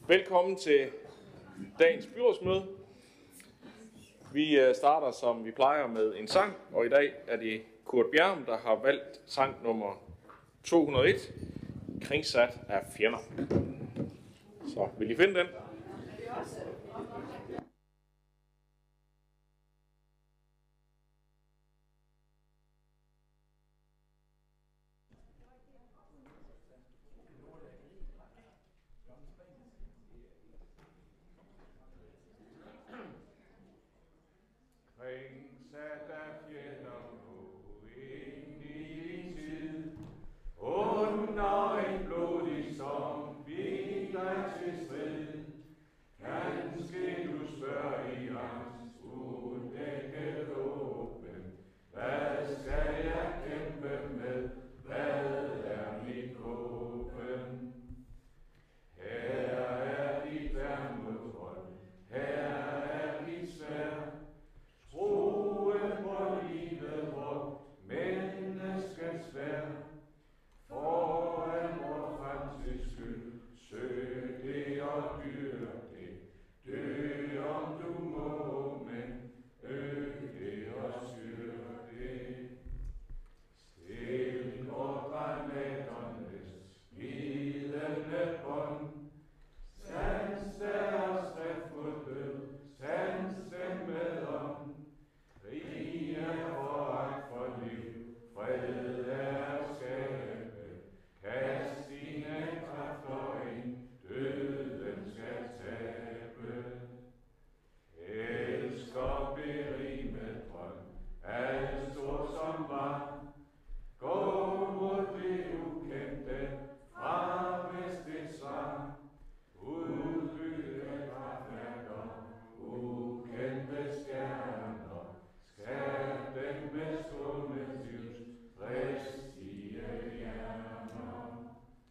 Velkommen til dagens byrådsmøde. Vi starter, som vi plejer, med en sang, og i dag er det Kurt Bjerrum, der har valgt sang nummer 201, Kringsat af fjender. Så vil I finde den? Kringsat af fjender nu ind i din tid, under en blodig storm vi dig til strid. Kanske du spørger i angst, udækket åben, hvad skal jeg kæmpe med, hvad er mit våben? Her er dit værnudhold, her er dit sværd, troen på livet vort, menneskets værd. Foran vor fremtids skyld, søg det og dyrk det, dø om du må, men øg det og styrk det. Stil og granaternes glidende bånd, sans deres skrift mod død, sans dem med ånd. Krig er foragt for liv, fred er at skabe. Kast dine kræfter ind, døden skal tabe. Elsk og berig med drøm, alt stort som var. Gå mod det ukendte, fra vestens svar. Udbygge kraftværker, ukendte stjerner. Skab dem med strålende livs dristige hjerner.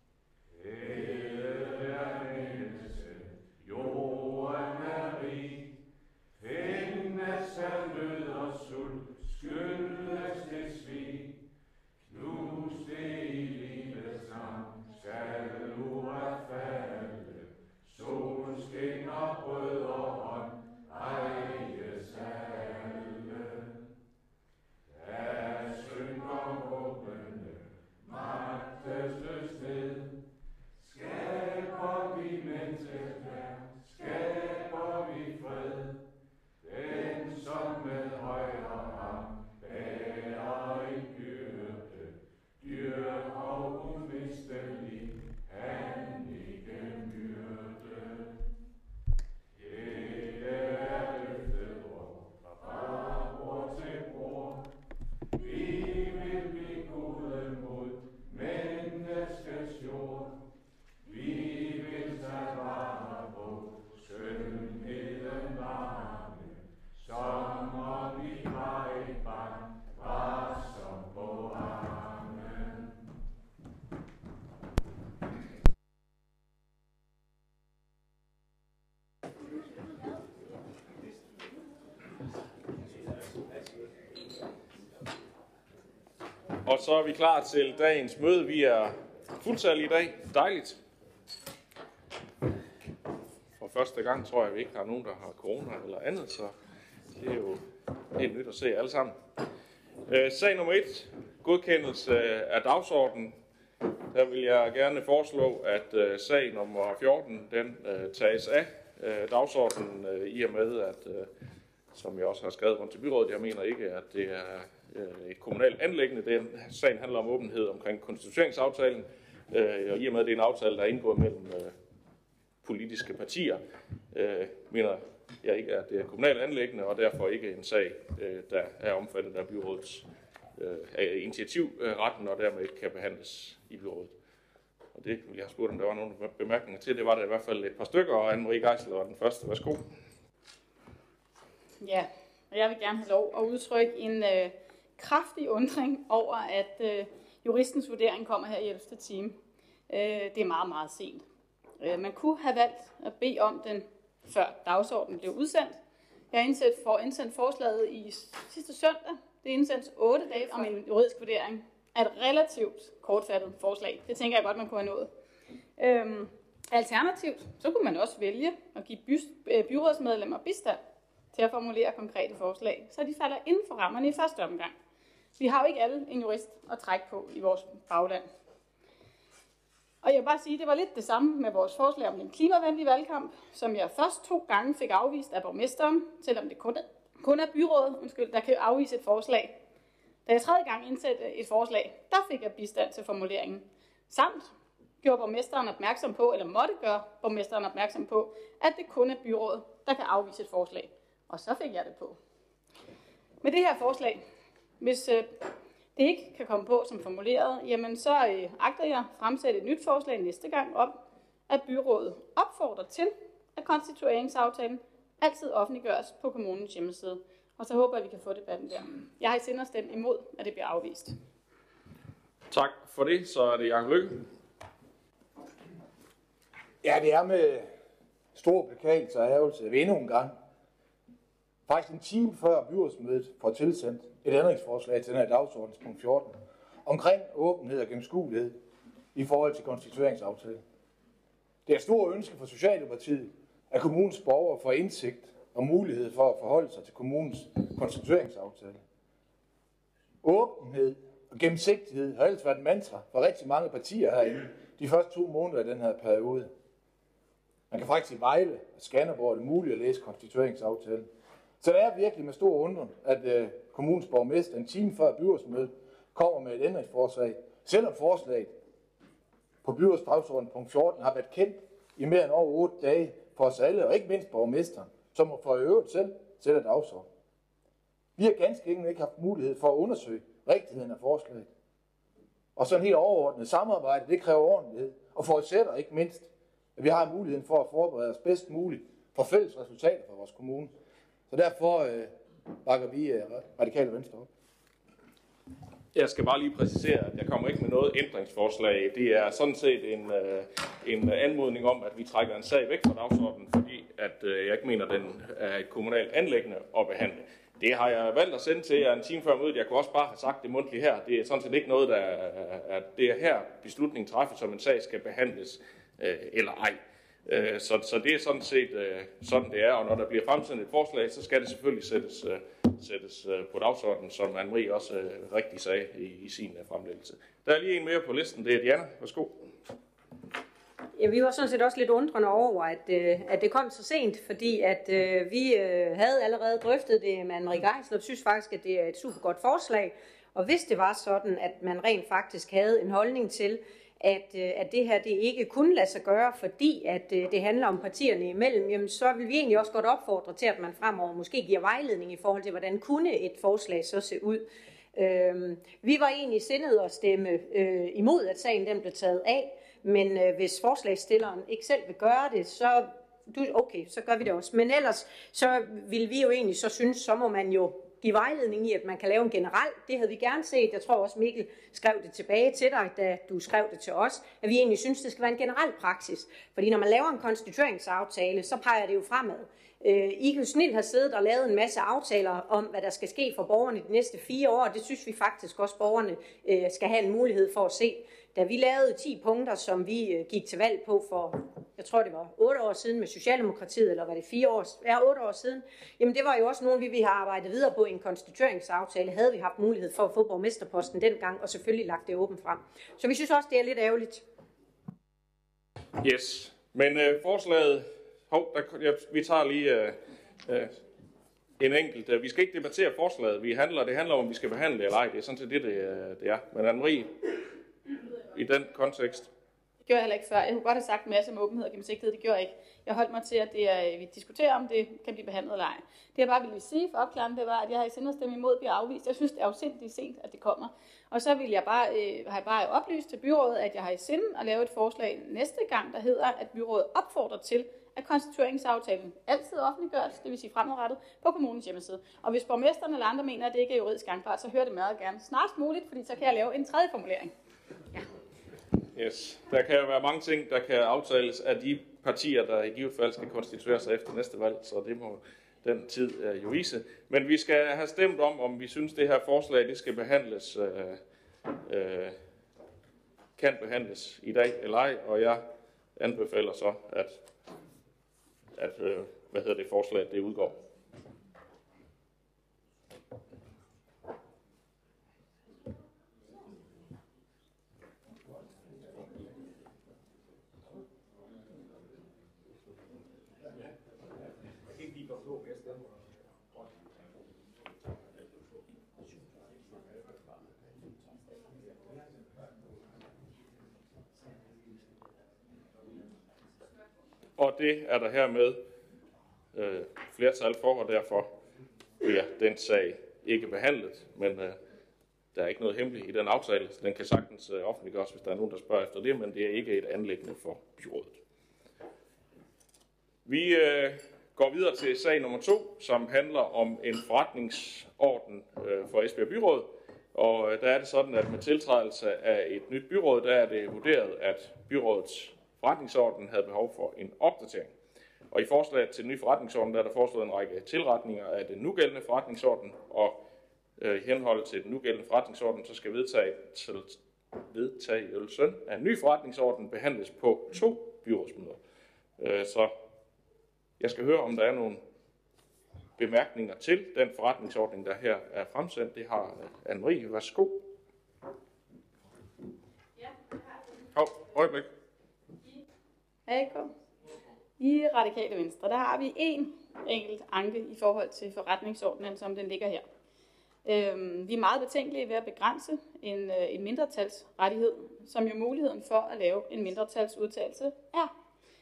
Hævet er mennesket, jorden er rig. Findes af nød og sult, skyldes det svig. Knus det i livets navn, skal uretfærdigt. Sol skinner, brød og ånd, ejes af alle. Der synker håbene, magtesløst ned. Skaber vi menneskeværd, skaber vi fred. Den som med højre arm bærer en byrde, dyr og umistelig, han ikke myrde. Dette er løftet ord, fra bror til bror. Vi vil blive gode mod menneskets jord. Vi vil tage vare på skønheden varme, som om vi var et barn, var som på armen. Og så er vi klar til dagens møde. Vi er fuldtallige i dag. Dejligt. For første gang tror jeg, vi ikke har nogen, der har corona eller andet, så det er jo helt nyt at se alle sammen. Sag nummer 1. Godkendelse af dagsordenen. Der vil jeg gerne foreslå, at sag nummer 14 den tages af dagsordenen i og med, at som jeg også har skrevet rundt til byrådet, jeg mener ikke, at det er et kommunalt anliggende. Sagen handler om åbenhed omkring konstitueringsaftalen, og i og med, at det er en aftale, der er indgået mellem politiske partier, mener jeg ikke, at det er et kommunalt anliggende, og derfor ikke en sag, der er omfattet af byrådets initiativretten, og dermed ikke kan behandles i byrådet. Og det vil jeg have spurgt, om der var nogle bemærkninger til. Det var der i hvert fald et par stykker, og Anne-Marie Geisel var den første. Værsgo. Ja, og jeg vil gerne have lov at udtrykke en kraftig undring over, at juristens vurdering kommer her i 11. time. Det er meget, meget sent. Man kunne have valgt at bede om den, før dagsordenen blev udsendt. Jeg har indsendt forslaget i sidste søndag. Det er indsendt 8 dage om en juridisk vurdering af et relativt kortfattet forslag. Det tænker jeg godt, man kunne have nået. Alternativt, så kunne man også vælge at give byrådsmedlemmer bistand til at formulere konkrete forslag, så de falder inden for rammerne i første omgang. Vi har jo ikke alle en jurist at trække på i vores bagland. Og jeg vil bare sige, at det var lidt det samme med vores forslag om den klimavenlige valgkamp, som jeg først 2 gange fik afvist af borgmesteren, selvom det kun er byrådet, der kan afvise et forslag. Da jeg 3. gang indsatte et forslag, der fik jeg bistand til formuleringen. Samt gjorde borgmesteren opmærksom på, eller måtte gøre borgmesteren opmærksom på, at det kun er byrådet, der kan afvise et forslag. Og så fik jeg det på. Med det her forslag, hvis det ikke kan komme på som formuleret, jamen så agter jeg fremsætte et nyt forslag næste gang om, at byrådet opfordrer til, at konstitueringsaftalen altid offentliggøres på kommunens hjemmeside. Og så håber jeg, at vi kan få debatten der. Jeg har i sinde stemt imod, at det bliver afvist. Tak for det. Så er det Jacob Lykke. Ja, det er med stor beklagelse og ærgelse, at vi endnu en gang, faktisk en time før byrådsmødet, får tilsendt et ændringsforslag til den her dagsordens punkt 14, omkring åbenhed og gennemskuelighed i forhold til konstitueringsaftalen. Det er et stort ønske for Socialdemokratiet, at kommunens borgere får indsigt og mulighed for at forholde sig til kommunens konstitueringsaftale. Åbenhed og gennemsigtighed har ellers været et mantra for rigtig mange partier herinde de første 2 måneder af den her periode. Man kan faktisk i Vejle og Skanderborg det muligt at læse konstitueringsaftalen. Så det er virkelig med stor undren, at kommunens borgmester en time før byrådsmødet kommer med et ændringsforslag, selvom forslaget på byrådsdagsordenen punkt 14 har været kendt i mere end over 8 dage for os alle, og ikke mindst borgmesteren, som for øvrigt selv sætter dagsordenen. Vi har ganske enkelt ikke haft mulighed for at undersøge rigtigheden af forslaget. Og sådan helt overordnet samarbejde, det kræver ordentlighed, og forudsætter ikke mindst, at vi har muligheden for at forberede os bedst muligt for fælles resultater for vores kommune. Så derfor bakker vi Radikale Venstre op. Jeg skal bare lige præcisere, at jeg kommer ikke med noget ændringsforslag. Det er sådan set en anmodning om, at vi trækker en sag væk fra dagsordenen, fordi at jeg ikke mener, at den er et kommunalt anliggende at behandle. Det har jeg valgt at sende til jer en time før mødet. Jeg kunne også bare have sagt det mundtligt her. Det er sådan set ikke noget, det er her beslutningen træffes, om en sag skal behandles eller ej. Så det er sådan set sådan det er, og når der bliver fremsendt et forslag, så skal det selvfølgelig sættes på dagsordenen, som Anne-Marie også rigtig sagde i sin fremlæggelse. Der er lige en mere på listen, det er Diana. Værsgo. Ja, vi var sådan set også lidt undrende over, at det kom så sent, fordi at vi havde allerede drøftet det med Anne-Marie Geisler, og synes faktisk, at det er et super godt forslag. Og hvis det var sådan, at man rent faktisk havde en holdning til, at det her det ikke kunne lade sig gøre, fordi at det handler om partierne imellem, jamen så vil vi egentlig også godt opfordre til, at man fremover måske giver vejledning i forhold til, hvordan kunne et forslag så se ud. Vi var egentlig sindet at stemme imod, at sagen den blev taget af, men hvis forslagsstilleren ikke selv vil gøre det, så gør vi det også. Men ellers så vil vi jo egentlig så synes, så må man jo give vejledning i, at man kan lave en generel. Det havde vi gerne set. Jeg tror også, Mikkel skrev det tilbage til dig, da du skrev det til os, at vi egentlig synes, det skal være en generel praksis. Fordi når man laver en konstitueringsaftale, så peger det jo fremad. I kan jo snilt have siddet og lavet en masse aftaler om, hvad der skal ske for borgerne de næste 4 år, og det synes vi faktisk også, borgerne skal have en mulighed for at se. Da vi lavede 10 punkter, som vi gik til valg på for, jeg tror det var 8 år siden med Socialdemokratiet, eller var det 8 år siden, jamen det var jo også nogle, vi har arbejdet videre på i en konstitueringsaftale, havde vi haft mulighed for at få borgmesterposten dengang, og selvfølgelig lagt det åbent frem. Så vi synes også, det er lidt ærgerligt. Yes, men forslaget, vi tager lige en enkelt, vi skal ikke debattere forslaget, det handler om, om vi skal behandle eller ej, det er sådan set det er. Men Anne-Marie, i den kontekst? Det gjorde jeg heller ikke før. Jeg kunne godt have sagt en masse om åbenhed og gennemsigtighed. Det gjorde jeg ikke. Jeg holdt mig til, at vi diskuterer, om det kan blive behandlet eller ej. Det jeg bare ville sige for opklaringen, det var, at jeg har i sinde at stemme imod at blive afvist. Jeg synes, det er afsindigt sent, at det kommer. Og så vil jeg bare oplyst til byrådet, at jeg har i sinde at lave et forslag næste gang, der hedder, at byrådet opfordrer til, at konstitueringsaftalen altid offentliggøres, det vil sige fremadrettet, på kommunens hjemmeside. Og hvis borgmesteren eller andre mener, at det ikke er juridisk gangbart, så hører det meget gerne snarest muligt, fordi så kan jeg lave en tredje formulering. Ja. Yes. Der kan jo være mange ting, der kan aftales af de partier, der i givet fald skal konstituere sig efter næste valg, så det må den tid jo vise. Men vi skal have stemt om vi synes, det her forslag det skal behandles, kan behandles i dag eller ej, og jeg anbefaler så, at forslaget det udgår. Og det er der hermed flertal for, og derfor bliver den sag ikke behandlet. Men der er ikke noget hemmeligt i den aftale, så den kan sagtens offentliggøres, hvis der er nogen, der spørger efter det, men det er ikke et anliggende for byrådet. Vi går videre til sag nummer 2, som handler om en forretningsorden for Esbjerg Byråd. Og der er det sådan, at med tiltrædelse af et nyt byråd, der er det vurderet, at byrådets forretningsorden havde behov for en opdatering. Og i forslaget til den nye forretningsorden, der er der foreslået en række tilretninger af den nugældende forretningsorden, og i henhold til den nugældende forretningsorden, så skal vedtagelsen af en ny forretningsorden behandles på 2 byrådsmøder. Så jeg skal høre, om der er nogle bemærkninger til den forretningsordning, der her er fremsendt. Det har Anne-Marie. Værsgo. Ja, Øjeblik. I Radikale Venstre, der har vi en enkelt anke i forhold til forretningsordenen, som den ligger her. Vi er meget betænkelige ved at begrænse en mindretalsrettighed, som jo muligheden for at lave en mindretalsudtalelse er.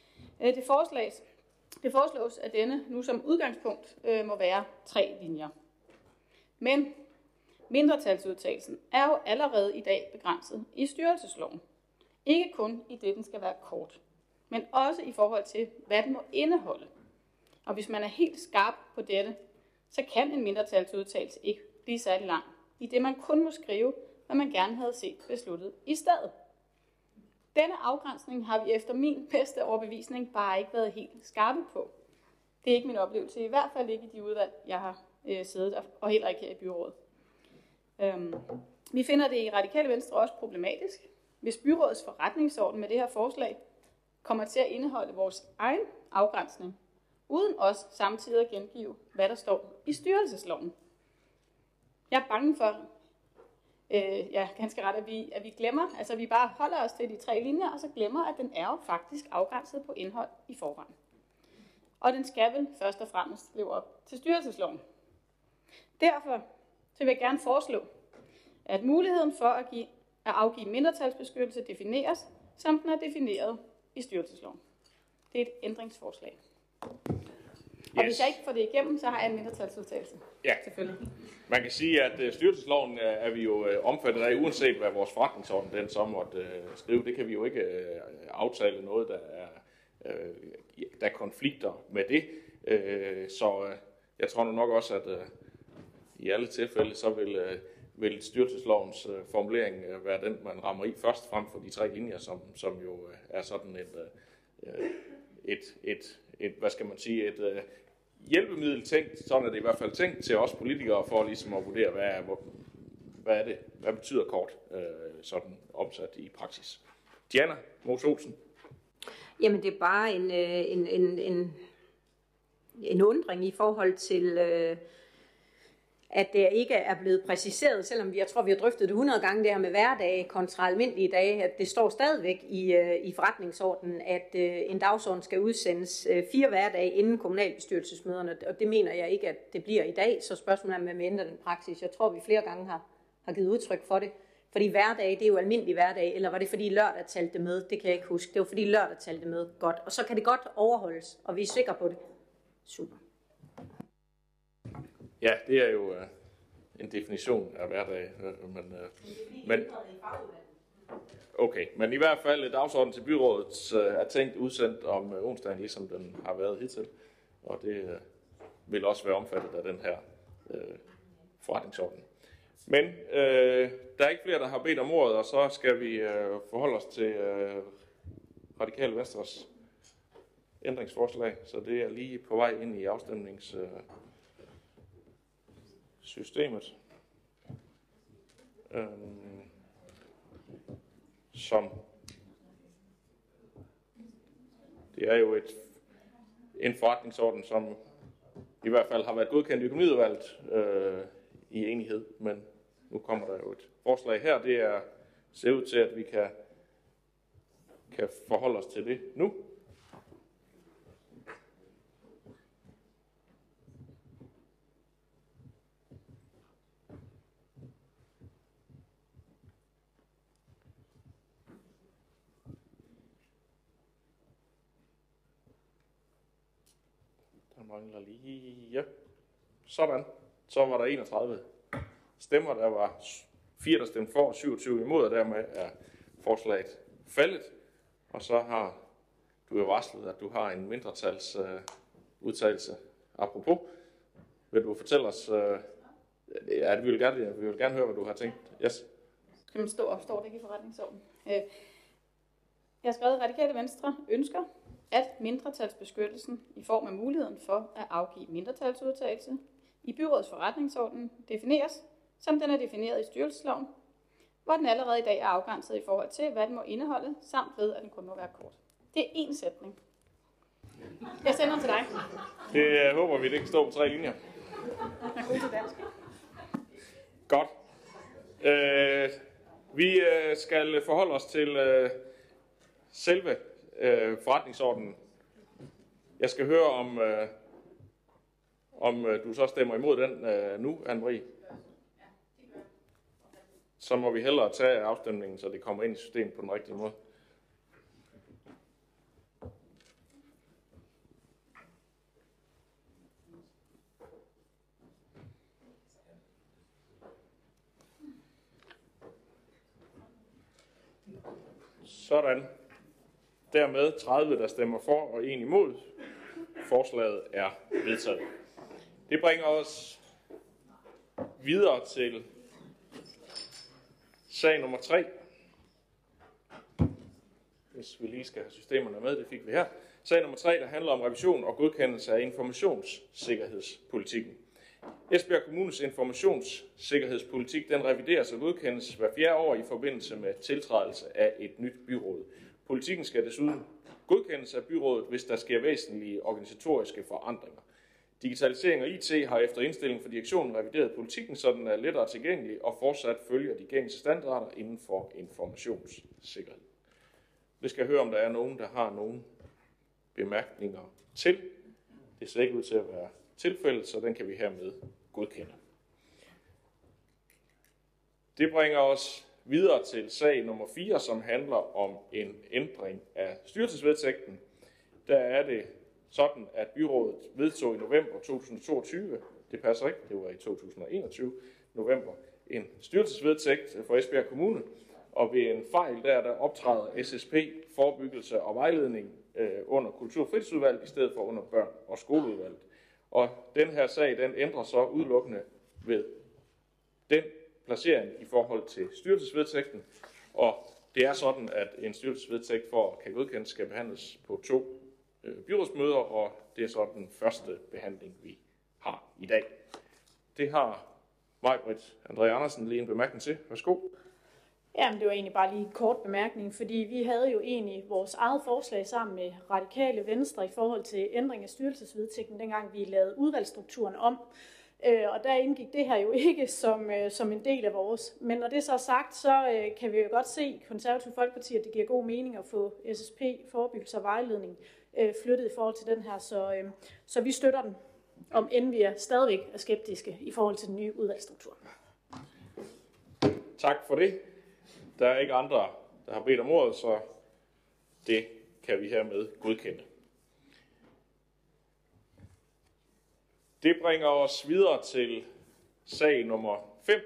Det foreslås, at denne nu som udgangspunkt må være 3 linjer. Men mindretalsudtalelsen er jo allerede i dag begrænset i styrelsesloven. Ikke kun i det, den skal være kort, men også i forhold til, hvad den må indeholde. Og hvis man er helt skarp på dette, så kan en mindretalsudtalelse ikke blive særlig lang, i det man kun må skrive, hvad man gerne havde set besluttet i stedet. Denne afgrænsning har vi efter min bedste overbevisning bare ikke været helt skarpe på. Det er ikke min oplevelse, i hvert fald ikke i de udvalg, jeg har siddet, og heller ikke her i byrådet. Vi finder det i Radikale Venstre også problematisk, hvis byrådets forretningsorden med det her forslag kommer til at indeholde vores egen afgrænsning, uden også samtidig at gengive, hvad der står i styrelsesloven. Jeg er bange for, ganske ret, at vi glemmer, altså vi bare holder os til de 3 linjer, og så glemmer, at den er jo faktisk afgrænset på indhold i forvejen. Og den skal vel først og fremmest leve op til styrelsesloven. Derfor så vil jeg gerne foreslå, at muligheden for at afgive mindretalsbeskyttelse defineres, som den er defineret i styrelsesloven. Det er et ændringsforslag. Og hvis jeg ikke får det igennem, så har jeg en mindretalsudtalelse. Ja, selvfølgelig. Man kan sige, at styrelsesloven er vi jo omfattet af, uanset hvad vores forretningsorden den så måtte skrive. Det kan vi jo ikke aftale noget, der konflikter med det. Så jeg tror nok også, at i alle tilfælde, så vil styrelseslovens formulering være den, man rammer i først frem for de 3 linjer, som jo er sådan et hvad skal man sige, et hjælpemiddel tænkt, sådan er det i hvert fald tænkt til os politikere, for ligesom at vurdere, hvad betyder kort, sådan omsat i praksis. Diana Mose Olsen. Jamen det er bare en undring i forhold til, at det ikke er blevet præciseret, selvom jeg tror, vi har drøftet det 100 gange, det her med hverdage kontra almindelige dage, at det står stadigvæk i forretningsordenen, at en dagsorden skal udsendes 4 hverdage inden kommunalbestyrelsesmøderne, og det mener jeg ikke, at det bliver i dag, så spørgsmålet er, om vi ændrer den praksis. Jeg tror, vi flere gange har givet udtryk for det, fordi hverdage, det er jo almindelig hverdag, eller var det fordi lørdag talte det med? Det kan jeg ikke huske. Det var fordi lørdag talte det med. Godt. Og så kan det godt overholdes, og vi er sikre på det. Super. Ja, det er jo en definition af hverdag, men okay, men i hvert fald dagsordenen til byrådet er tænkt udsendt om onsdagen, ligesom den har været hidtil, og det vil også være omfattet af den her forretningsorden. Men der er ikke flere, der har bedt om ordet, og så skal vi forholde os til Radikale Venstres ændringsforslag, så det er lige på vej ind i afstemningssystemet, som Det er jo en forretningsorden, som i hvert fald har været godkendt i økonomiudvalget i enighed, men nu kommer der jo et forslag her. Det ser ud til, at vi kan forholde os til det nu. Mangler lige, ja. Sådan. Så var der 31 stemmer. Der var 4, der stemte for, og 27 imod, og dermed er forslaget faldet. Og så har du jo varslet, at du har en mindretals udtalelse. Apropos, vil du fortælle os... ja, vi vil gerne høre, hvad du har tænkt. Yes. Skal man står det ikke i forretningsordenen? Jeg har skrevet, at Radikale Venstre ønsker, at mindretalsbeskyttelsen i form af muligheden for at afgive mindretalsudtalelse i byrådets forretningsorden defineres, som den er defineret i styrelsesloven, hvor den allerede i dag er afgrænset i forhold til, hvad den må indeholde, samt ved, at den kun må være kort. Det er én sætning. Jeg sender den til dig. Det håber vi, det kan stå på 3 linjer. Jeg er god til dansk. Godt. Vi skal forholde os til selve forretningsordenen. Jeg skal høre, om du så stemmer imod den nu, Anne-Marie. Så må vi hellere tage afstemningen, så det kommer ind i systemet på den rigtige måde. Sådan. Dermed 30, der stemmer for og 1 imod. Forslaget er vedtaget. Det bringer os videre til sag nummer 3. Hvis vi lige skal have systemerne med, det fik vi her. Sag nummer 3, der handler om revision og godkendelse af informationssikkerhedspolitikken. Esbjerg Kommunes informationssikkerhedspolitik, den revideres og godkendes hver 4. år i forbindelse med tiltrædelse af et nyt byråd. Politikken skal desuden godkendes af byrådet, hvis der sker væsentlige organisatoriske forandringer. Digitalisering og IT har efter indstilling fra direktionen revideret politikken, så den er lettere tilgængelig og fortsat følger de gængse standarder inden for informationssikkerhed. Vi skal høre, om der er nogen, der har nogle bemærkninger til. Det ser ikke ud til at være tilfældet, så den kan vi hermed godkende. Det bringer os videre til sag nummer 4, som handler om en ændring af styrelsesvedtægten. Der er det sådan, at byrådet vedtog i november 2022, det passer ikke, det var i 2021, november, en styrelsesvedtægt for Esbjerg Kommune, og ved en fejl der optræder SSP, forebyggelse og vejledning under Kultur- og Fritidsudvalget i stedet for under Børn- og Skoleudvalget. Og den her sag, den ændrer så udelukkende ved den placering i forhold til styrelsesvedtægten, og det er sådan, at en styrelsesvedtægt for at kan godkendes skal behandles på 2 byrådsmøder, og det er så den første behandling, vi har i dag. Det har Maj-Britt André Andersen lige en bemærkning til. Værsgo. Jamen, det var egentlig bare lige en kort bemærkning, fordi vi havde jo egentlig vores eget forslag sammen med Radikale Venstre i forhold til ændring af styrelsesvedtægten, dengang vi lavede udvalgsstrukturen om. Og der indgik det her jo ikke som en del af vores. Men når det så er sagt, så kan vi jo godt se i Konservative Folkeparti, at det giver god mening at få SSP, forebyggelse og vejledning, flyttet i forhold til den her. Så vi støtter den, om end vi stadigvæk er skeptiske i forhold til den nye udvalgsstruktur. Tak for det. Der er ikke andre, der har bedt om ordet, så det kan vi hermed godkende. Det bringer os videre til sag nummer 5,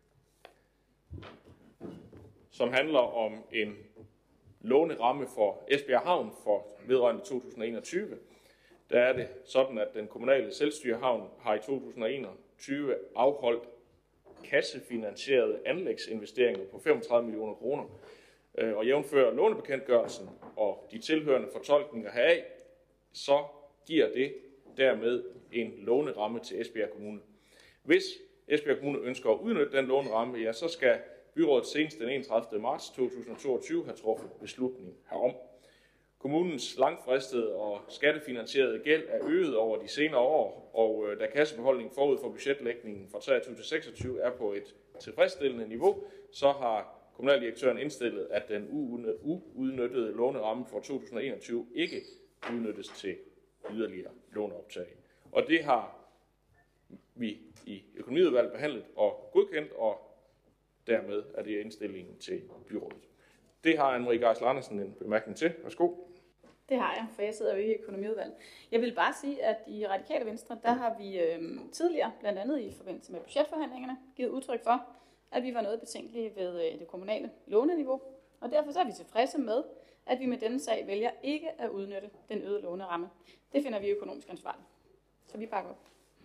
som handler om en låneramme for Esbjerg Havn for vedrørende 2021. Der er det sådan, at den kommunale selvstyrehavn har i 2021 afholdt kassefinansierede anlægsinvesteringer på 35 millioner kroner. Og jævnfører lånebekendtgørelsen og de tilhørende fortolkninger heraf, så giver det dermed en låneramme til Esbjerg Kommune. Hvis Esbjerg Kommune ønsker at udnytte den låneramme, ja, så skal byrådet senest den 31. marts 2022 have truffet beslutning herom. Kommunens langfristede og skattefinansierede gæld er øget over de senere år, og da kassebeholdningen forud for budgetlægningen fra 23 til 26 er på et tilfredsstillende niveau, så har kommunaldirektøren indstillet, at den uudnyttede låneramme for 2021 ikke udnyttes til yderligere låneoptag. Og det har vi i økonomiudvalget behandlet og godkendt, og dermed er det indstillingen til byrådet. Det har Anne-Marie Geisler Andersen en bemærkning til. Værsgo. Det har jeg, for jeg sidder jo i økonomiudvalget. Jeg vil bare sige, at i Radikale Venstre, der har vi tidligere, blandt andet i forbindelse med budgetforhandlingerne, givet udtryk for, at vi var noget betænkelige ved det kommunale låneniveau. Og derfor så er vi tilfredse med, at vi med denne sag vælger ikke at udnytte den øgede låneramme. Det finder vi økonomisk ansvarligt. Så vi bakker op.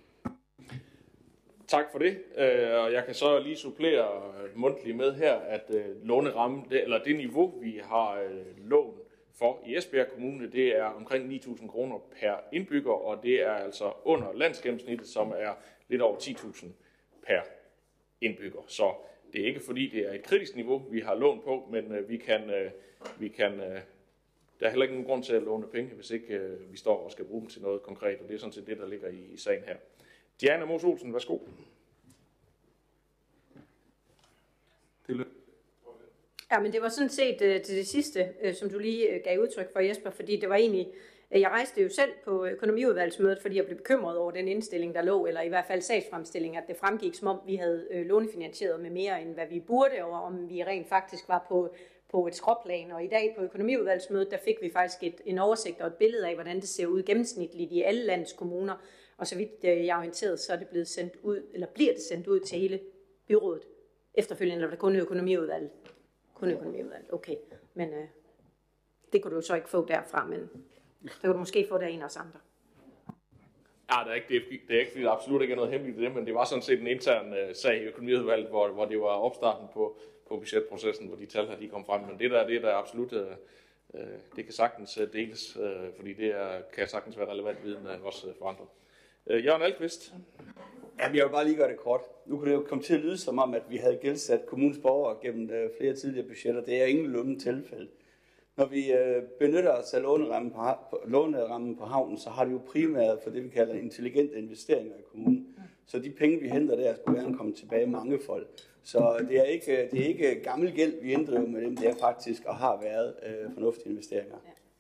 Tak for det. Og jeg kan så lige supplere mundtligt med her, at låneramme, eller det niveau, vi har lån for i Esbjerg Kommune, det er omkring 9.000 kroner per indbygger, og det er altså under landsgennemsnittet, som er lidt over 10.000 per indbygger. Så det er ikke fordi, det er et kritisk niveau, vi har lån på, men der er heller ikke nogen grund til at låne penge, hvis ikke vi står og skal bruge dem til noget konkret, og det er sådan set det, der ligger i sagen her. Diana Mos Olsen, værsgo. Ja, men det var sådan set til det sidste, som du lige gav udtryk for, Jesper, fordi det var egentlig, jeg rejste jo selv på økonomiudvalgsmødet, fordi jeg blev bekymret over den indstilling, der lå, eller i hvert fald sagsfremstilling, at det fremgik, som om vi havde lånefinansieret med mere, end hvad vi burde, og om vi rent faktisk var på et skråplan. Og i dag på økonomiudvalgsmødet, der fik vi faktisk en oversigt og et billede af, hvordan det ser ud gennemsnitligt i alle landets kommuner. Og så vidt jeg er orienteret, så er det blevet sendt ud, eller bliver det sendt ud til hele byrådet efterfølgende, eller kun økonomiudvalget. Kun økonomiudvalget, okay. Men det kunne du så ikke få derfra, men det kunne du måske få der en af os andre. Ja, det er ikke, fordi der absolut ikke er noget hemmeligt i det, men det var sådan set en intern sag i økonomiudvalget, hvor det var opstarten på budgetprocessen, hvor de tal her de kom frem. Men det der absolut, det kan sagtens deles, fordi kan sagtens være relevant viden også for andre. Jørgen Alkvist. Ja, jeg vil bare lige gøre det kort. Nu kunne det jo komme til at lyde som om, at vi havde gældsat kommunens borgere gennem flere tidligere budgetter. Det er ingenlunde tilfælde. Når vi benytter os af lånerammen på havnen, så har det jo primært for det, vi kalder intelligente investeringer i kommunen. Så de penge, vi henter der, skulle gerne komme tilbage mangefold. Så det er ikke gammel gæld, vi inddriver med dem. Det er faktisk og har været fornuftige investeringer.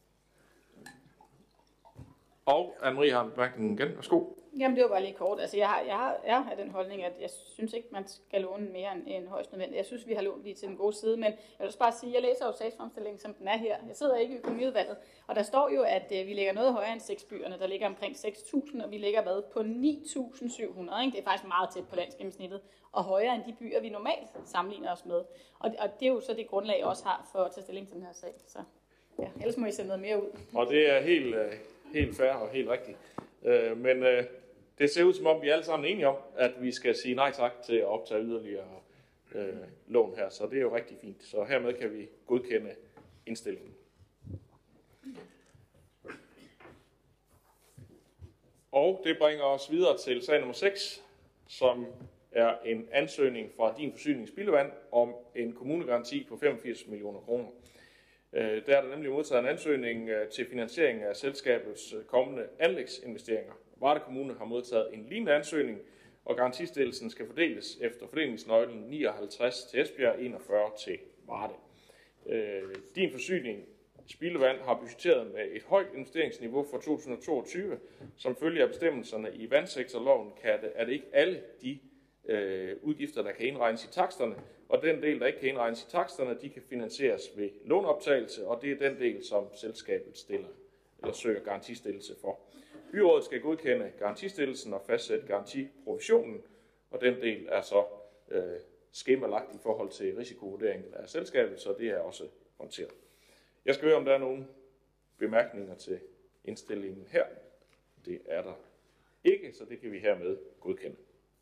Og Anne-Marie har en bemærkning igen. Værsgo. Jamen det var bare lige kort. Altså jeg har den holdning, at jeg synes ikke, man skal låne mere end højst nødvendigt. Jeg synes, vi har lånt lige til den gode side, men jeg vil også bare sige, at jeg læser jo sagsfremstillingen, som den er her. Jeg sidder ikke i økonomiudvalget, og der står jo, at vi ligger noget højere end 6 byerne. Der ligger omkring 6.000, og vi ligger på 9.700. Det er faktisk meget tæt på landsgennemsnittet, og højere end de byer, vi normalt sammenligner os med. Og det er jo så det grundlag, jeg også har for at tage stilling til den her sag. Så ja, ellers må I sende noget mere ud. Og det er helt fair og helt rigtigt. Men det ser ud som om, vi er alle sammen enige om, at vi skal sige nej tak til at optage yderligere lån her. Så det er jo rigtig fint. Så hermed kan vi godkende indstillingen. Og det bringer os videre til sag nummer 6, som er en ansøgning fra Din Forsyning Spildevand om en kommunegaranti på 85 millioner kroner. Der er der nemlig modtaget en ansøgning til finansiering af selskabets kommende anlægsinvesteringer. Varde Kommune har modtaget en lignende ansøgning, og garantistillelsen skal fordeles efter fordelingsnøglen 59 til Esbjerg, 41 til Varde. Din Forsyning Spildevand har budgetteret med et højt investeringsniveau for 2022. Som følge af bestemmelserne i vandsektorloven er det ikke alle de udgifter, der kan indregnes i taksterne, og den del, der ikke kan indregnes i taksterne, de kan finansieres ved låneoptagelse, og det er den del, som selskabet søger garantistillelse for. Byrådet skal godkende garantistillelsen og fastsætte garantiprovisionen, og den del er så skemalagt i forhold til risikovurderingen af selskabet, så det er også håndteret. Jeg skal høre, om der er nogle bemærkninger til indstillingen her. Det er der ikke, så det kan vi hermed godkende.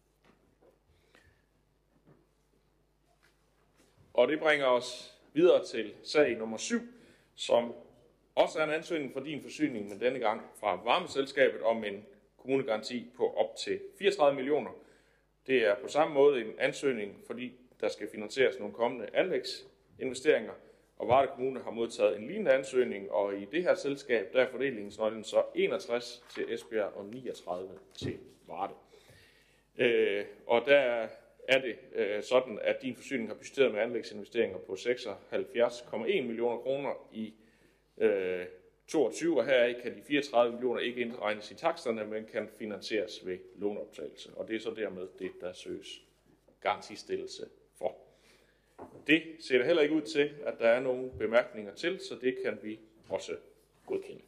Og det bringer os videre til sag nummer 7, som også er en ansøgning for Din Forsyning, men denne gang fra varmeselskabet om en kommunegaranti på op til 34 millioner. Det er på samme måde en ansøgning, fordi der skal finansieres nogle kommende anlægsinvesteringer, og Varde Kommune har modtaget en lignende ansøgning, og i det her selskab, der er fordelingsnøglen så 61 til Esbjerg og 39 til Varde. Og der er det sådan, at Din Forsyning har budgetteret med anlægsinvesteringer på 76,1 millioner kroner i 22, og heraf kan de 34 millioner ikke indregnes i taksterne, men kan finansieres ved låneoptagelse. Og det er så dermed det, der søges garantistillelse for. Det ser der heller ikke ud til, at der er nogen bemærkninger til, så det kan vi også godkende.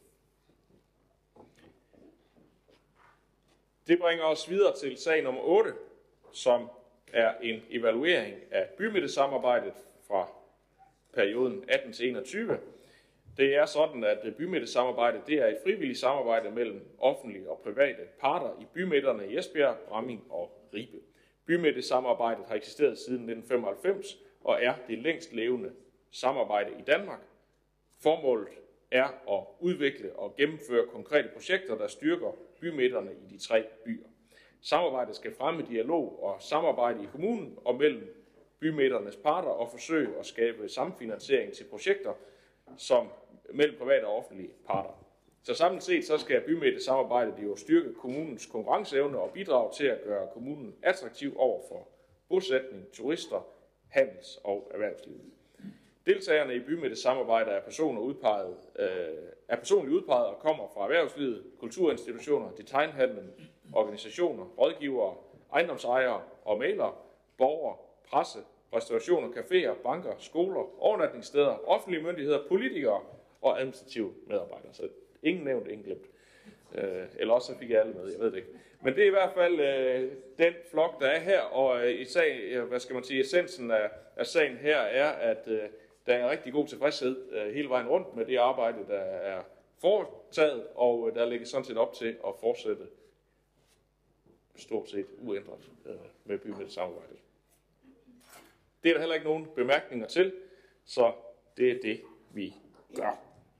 Det bringer os videre til sag nummer 8, som er en evaluering af bymidtesamarbejdet fra perioden 18 til 21. Det er sådan, at bymidtesamarbejdet det er et frivilligt samarbejde mellem offentlige og private parter i bymidterne i Esbjerg, Bramming og Ribe. Bymidtesamarbejdet har eksisteret siden 1995 og er det længst levende samarbejde i Danmark. Formålet er at udvikle og gennemføre konkrete projekter, der styrker bymidterne i de 3 byer. Samarbejdet skal fremme dialog og samarbejde i kommunen og mellem bymidternes parter og forsøge at skabe samfinansiering til projekter som mellem private og offentlige parter. Så samlet set så skal bymidtesamarbejdet jo styrke kommunens konkurrenceevne og bidrage til at gøre kommunen attraktiv over for bosætning, turister, handels- og erhvervslivet. Deltagerne i bymidtesamarbejdet er personligt udpeget og kommer fra erhvervslivet, kulturinstitutioner, detailhandlen, organisationer, rådgivere, ejendomsejere og mælere, borgere, presse, restaurationer, caféer, banker, skoler, overnatningssteder, offentlige myndigheder, politikere og administrative medarbejdere. Så ingen nævnt, ingen glemt. Eller også fik jeg alle med, jeg ved det ikke. Men det er i hvert fald den flok, der er her, og i sag, essensen af sagen her er, at der er rigtig god tilfredshed hele vejen rundt med det arbejde, der er foretaget, og der ligger sådan set op til at fortsætte stort set uændret med bymidtesamarbejdet. Det er der heller ikke nogen bemærkninger til, så det er det, vi gør.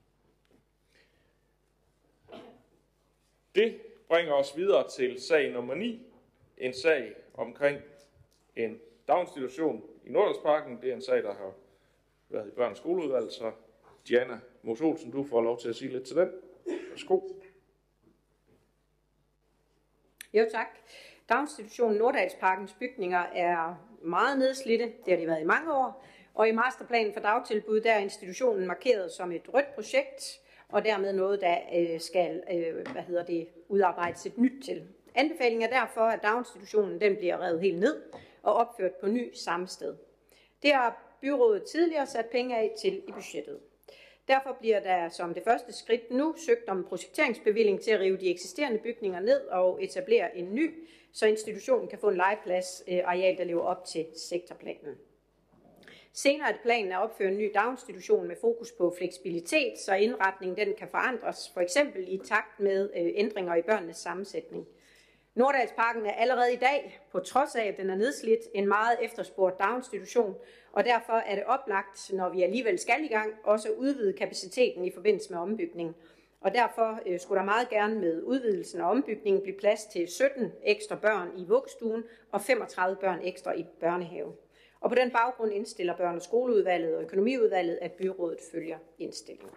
Det bringer os videre til sag nummer 9, en sag omkring en daginstitution i Nordalsparken. Det er en sag, der har været i børn- og skoleudvalget, så Diana Mos Olsen, du får lov til at sige lidt til den. Værsgo. Jo, tak. Daginstitutionen Nordalsparkens bygninger er meget nedslidte. Det har de været i mange år. Og i masterplanen for dagtilbud, der er institutionen markeret som et rødt projekt, og dermed noget, der skal udarbejdes et nyt til. Anbefalingen er derfor, at daginstitutionen den bliver revet helt ned og opført på ny samme sted. Det har byrådet tidligere sat penge af til i budgettet. Derfor bliver der som det første skridt nu søgt om projekteringsbevilling til at rive de eksisterende bygninger ned og etablere en ny, så institutionen kan få en legeplads areal, der lever op til sektorplanen. Senere er planen at opføre en ny daginstitution med fokus på fleksibilitet, så indretningen den kan forandres, for eksempel i takt med ændringer i børnenes sammensætning. Nordalsparken er allerede i dag, på trods af at den er nedslidt, en meget efterspurgt daginstitution, og derfor er det oplagt, når vi alligevel skal i gang, også at udvide kapaciteten i forbindelse med ombygningen. Og derfor skulle der meget gerne med udvidelsen og ombygningen blive plads til 17 ekstra børn i vuggestuen og 35 børn ekstra i børnehave. Og på den baggrund indstiller børne- og skoleudvalget og økonomiudvalget, at byrådet følger indstillingen.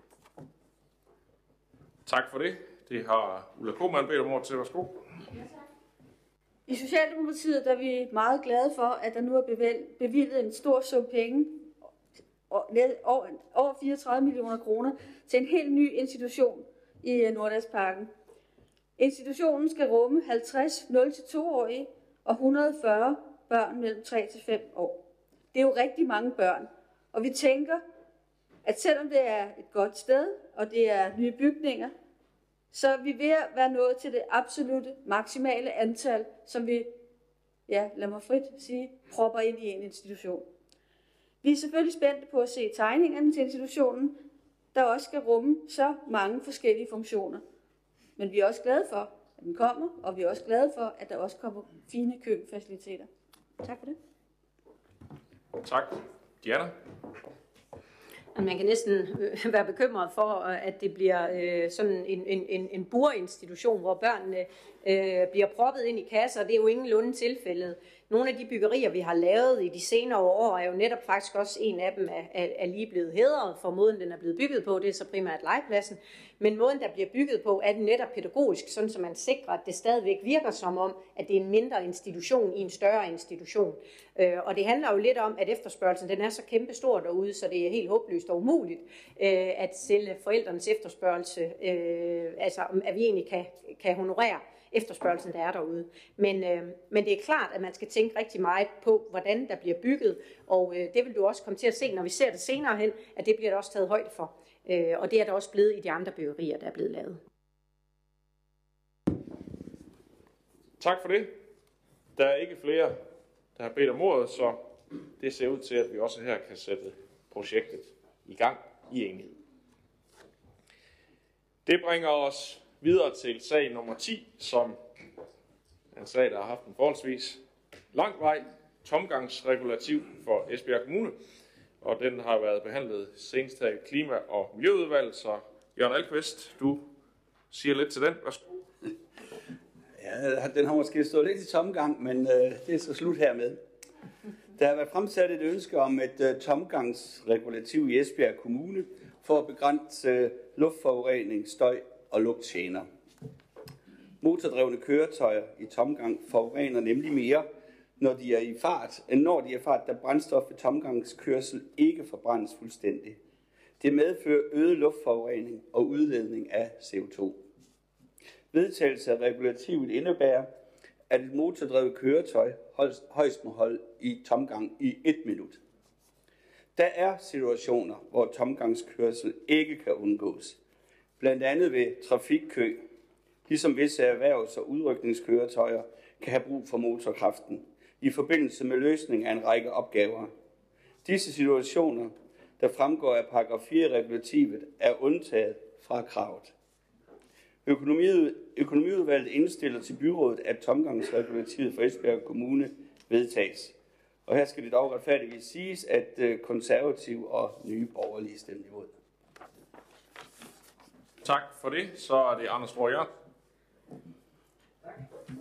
Tak for det. Det har Ulla Koemann bedt om ord til. Værsgo. I Socialdemokratiet er vi meget glade for, at der nu er bevilget en stor sum penge, over 34 millioner kroner, til en helt ny institution i Nordalsparken. Institutionen skal rumme 50 0-2-årige og 140 børn mellem 3 til 5 år. Det er jo rigtig mange børn, og vi tænker, at selvom det er et godt sted, og det er nye bygninger, så er vi ved at være nået til det absolutte maksimale antal, som vi, lad mig frit sige, propper ind i en institution. Vi er selvfølgelig spændte på at se tegningerne til institutionen, der også skal rumme så mange forskellige funktioner. Men vi er også glade for, at den kommer, og vi er også glade for, at der også kommer fine køkkenfaciliteter. Tak for det. Tak. Diana? Man kan næsten være bekymret for, at det bliver sådan en burinstitution, hvor børnene bliver proppet ind i kasser. Det er jo ingenlunde tilfældet. Nogle af de byggerier, vi har lavet i de senere år, er jo netop faktisk også en af dem er lige blevet hædret for måden, den er blevet bygget på. Det er så primært legepladsen. Men måden, der bliver bygget på, er netop pædagogisk, sådan så man sikrer, at det stadigvæk virker som om, at det er en mindre institution i en større institution. Og det handler jo lidt om, at efterspørgelsen den er så kæmpestor derude, så det er helt håbløst og umuligt at sælge forældrenes efterspørgelse, altså at vi egentlig kan honorere efterspørgelsen, der er derude. Men det er klart, at man skal tænke rigtig meget på, hvordan der bliver bygget, og det vil du også komme til at se, når vi ser det senere hen, at det bliver der også taget højde for. Og det er der også blevet i de andre byggerier, der er blevet lavet. Tak for det. Der er ikke flere, der har bedt om ordet, så det ser ud til, at vi også her kan sætte projektet i gang i enighed. Det bringer os videre til sag nummer 10, som er en sag, der har haft en forholdsvis lang vej, tomgangsregulativ for Esbjerg Kommune, og den har været behandlet senest her i Klima- og Miljøudvalget, så Jørgen Alkvist, du siger lidt til den. Værsgo. Ja, den har måske stået lidt i tomgang, men det er så slut hermed. Der har været fremsat et ønske om et tomgangsregulativ i Esbjerg Kommune for at begrænse luftforurening, støj og lugtgener. Motordrevne køretøjer i tomgang forurener nemlig mere, når de er i fart, end når de er i fart, da brændstof ved tomgangskørsel ikke forbrændes fuldstændig. Det medfører øget luftforurening og udledning af CO2. Vedtagelse af regulativet indebærer, at et motordrevet køretøj højst må holde i tomgang i 1 minut. Der er situationer, hvor tomgangskørsel ikke kan undgås. Blandt andet ved trafikkø, ligesom visse erhvervs- og udrykningskøretøjer kan have brug for motorkraften i forbindelse med løsning af en række opgaver. Disse situationer, der fremgår af paragraf 4 i regulativet, er undtaget fra kravet. Økonomiudvalget indstiller til byrådet, at tomgangsregulativet for Esbjerg Kommune vedtages. Og her skal det dog retfærdigvis siges, at konservative og nye borgerlige stemmer imod. Tak for det. Så er det Anders Rohr Jørgensen. Tak.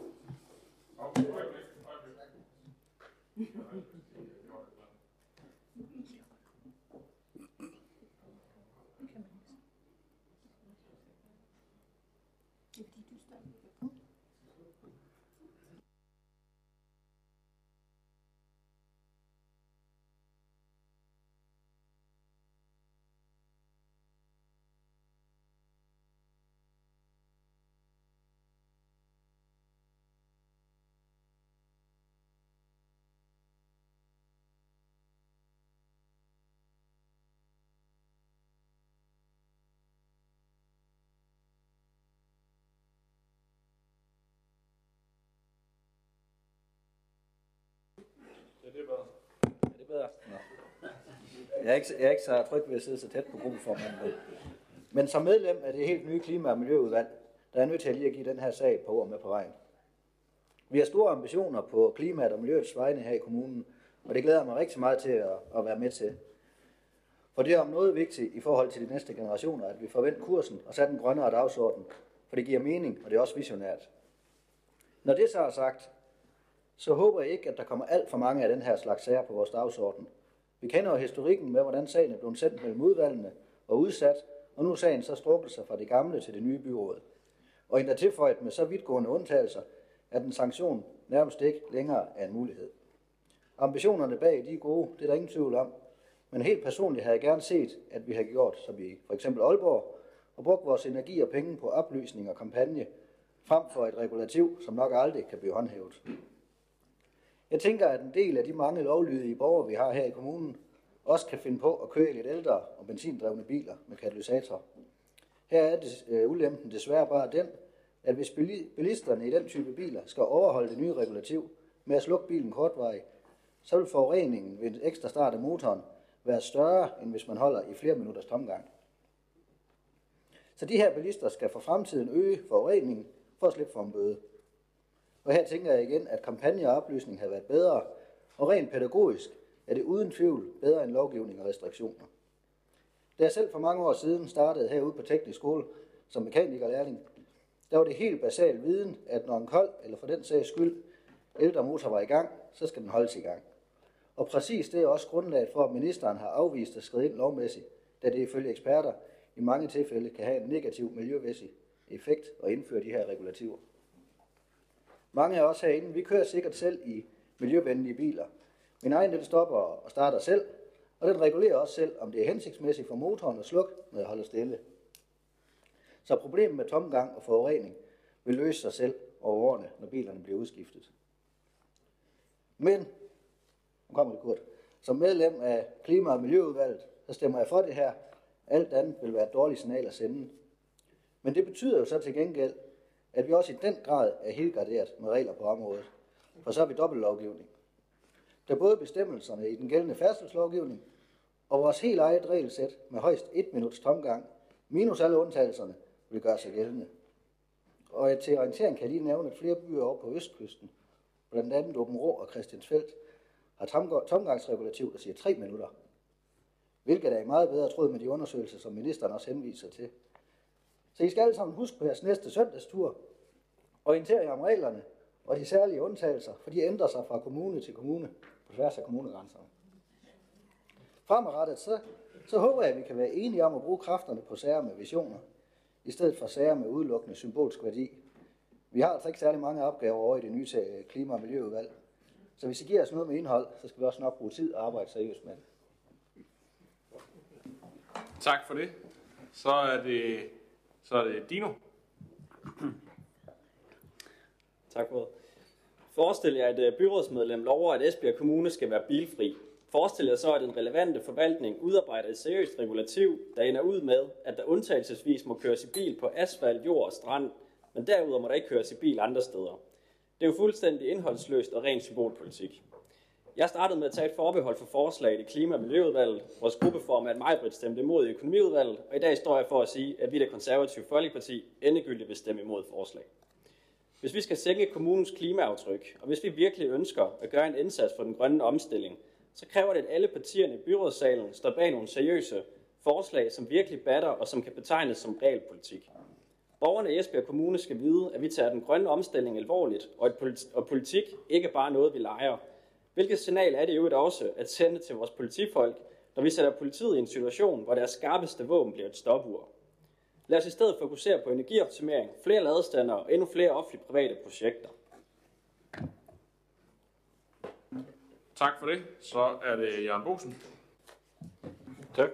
Det er bedre. Nå. Jeg er ikke så tryg ved at sidde så tæt på gruppeformanden. Men som medlem af det helt nye Klima- og Miljøudvalg, der er nødt til lige at give den her sag på ord med på vejen. Vi har store ambitioner på klimaet og miljøets vegne her i kommunen, og det glæder mig rigtig meget til at være med til. For det er om noget vigtigt i forhold til de næste generationer, at vi får vendt kursen og sat en grønnere dagsorden, for det giver mening, og det er også visionært. Når det så er sagt, så håber jeg ikke, at der kommer alt for mange af den her slags sager på vores dagsorden. Vi kender jo historikken med, hvordan sagen er blevet sendt mellem udvalgene og udsat, og nu er sagen så strukket sig fra det gamle til det nye byråd. Og endda tilføjet med så vidtgående undtagelser, at en sanktion nærmest ikke længere er en mulighed. Ambitionerne bag de er gode, det er der ingen tvivl om, men helt personligt havde jeg gerne set, at vi havde gjort, som i for eksempel Aalborg, og brugt vores energi og penge på oplysning og kampagne, frem for et regulativ, som nok aldrig kan blive håndhævet. Jeg tænker, at en del af de mange lovlydige borgere, vi har her i kommunen, også kan finde på at køre lidt ældre og benzindrevne biler med katalysator. Her er ulempen desværre bare den, at hvis bilisterne i den type biler skal overholde det nye regulativ med at slukke bilen kortvarigt, så vil forureningen ved en ekstra start af motoren være større, end hvis man holder i flere minutters tomgang. Så de her bilister skal for fremtiden øge forureningen for at slippe for en bøde. Og her tænker jeg igen, at kampagne og oplysning havde været bedre, og rent pædagogisk er det uden tvivl bedre end lovgivning og restriktioner. Da jeg selv for mange år siden startede herude på teknisk skole som mekanikerlærling, der var det helt basal viden, at når en kold, eller for den sags skyld, ældre motor var i gang, så skal den holdes i gang. Og præcis det er også grundlaget for, at ministeren har afvist at skride ind lovmæssigt, da det ifølge eksperter i mange tilfælde kan have en negativ miljømæssig effekt at indføre de her regulativer. Mange af os herinde, vi kører sikkert selv i miljøvenlige biler. Min egen den stopper og starter selv, og den regulerer også selv, om det er hensigtsmæssigt for motoren at slukke, når jeg holder stille. Så problemet med tomgang og forurening vil løse sig selv over årene, når bilerne bliver udskiftet. Men, nu kommer det kort, som medlem af Klima- og Miljøudvalget, så stemmer jeg for det her. Alt andet vil være et dårligt signal at sende. Men det betyder jo så til gengæld, at vi også i den grad er helt garderet med regler på området. For så har vi dobbeltlovgivning. Der både bestemmelserne i den gældende færdselslovgivning og vores helt eget regelsæt med højst 1 minuts tomgang, minus alle undtagelserne, vil gøre sig gældende. Og til orientering kan jeg lige nævne, at flere byer over på Østkysten, blandt andet Aabenraa og Christiansfeld, har tomgangsregulativ, der siger 3 minutter. Hvilket er i meget bedre tråd med de undersøgelser, som ministeren også henviser til. Så I skal alle sammen huske på jeres næste søndagstur. Orientere jer om reglerne og de særlige undtagelser, for de ændrer sig fra kommune til kommune på tværs af kommunegrænserne. Fremadrettet så håber jeg, at vi kan være enige om at bruge kræfterne på sager med visioner, i stedet for sager med udelukkende symbolsk værdi. Vi har altså ikke særlig mange opgaver over i det nye Klima- og Miljøudvalg. Så hvis I giver os noget med indhold, så skal vi også nok bruge tid og arbejde seriøst med det. Tak for det. Så er det Dino. Tak for det. Forestil jer, at byrådsmedlem lover, at Esbjerg Kommune skal være bilfri. Forestil jer så, at den relevante forvaltning udarbejder et seriøst regulativ, der ender ud med, at der undtagelsesvis må køres i bil på asfalt, jord og strand, men derudover må der ikke køres i bil andre steder. Det er jo fuldstændig indholdsløst og ren symbolpolitik. Jeg startede med at tage et forbehold for forslaget i Klima- og Miljøudvalget. Vores gruppeformand Majbrit stemte imod i Økonomiudvalget, og i dag står jeg for at sige, at vi i Det Konservative Folkeparti endegyldigt vil stemme imod forslag. Hvis vi skal sænke kommunens klimaaftryk, og hvis vi virkelig ønsker at gøre en indsats for den grønne omstilling, så kræver det, at alle partierne i byrådssalen står bag nogle seriøse forslag, som virkelig batter og som kan betegnes som realpolitik. Borgerne i Esbjerg Kommune skal vide, at vi tager den grønne omstilling alvorligt, og politik ikke bare noget, vi leger. Hvilket signal er det jo også at sende til vores politifolk, når vi sætter politiet i en situation, hvor deres skarpeste våben bliver et stopur? Lad os i stedet fokusere på energioptimering, flere ladestandere og endnu flere offentlige private projekter. Tak for det. Så er det Jørgen Bosen. Tak.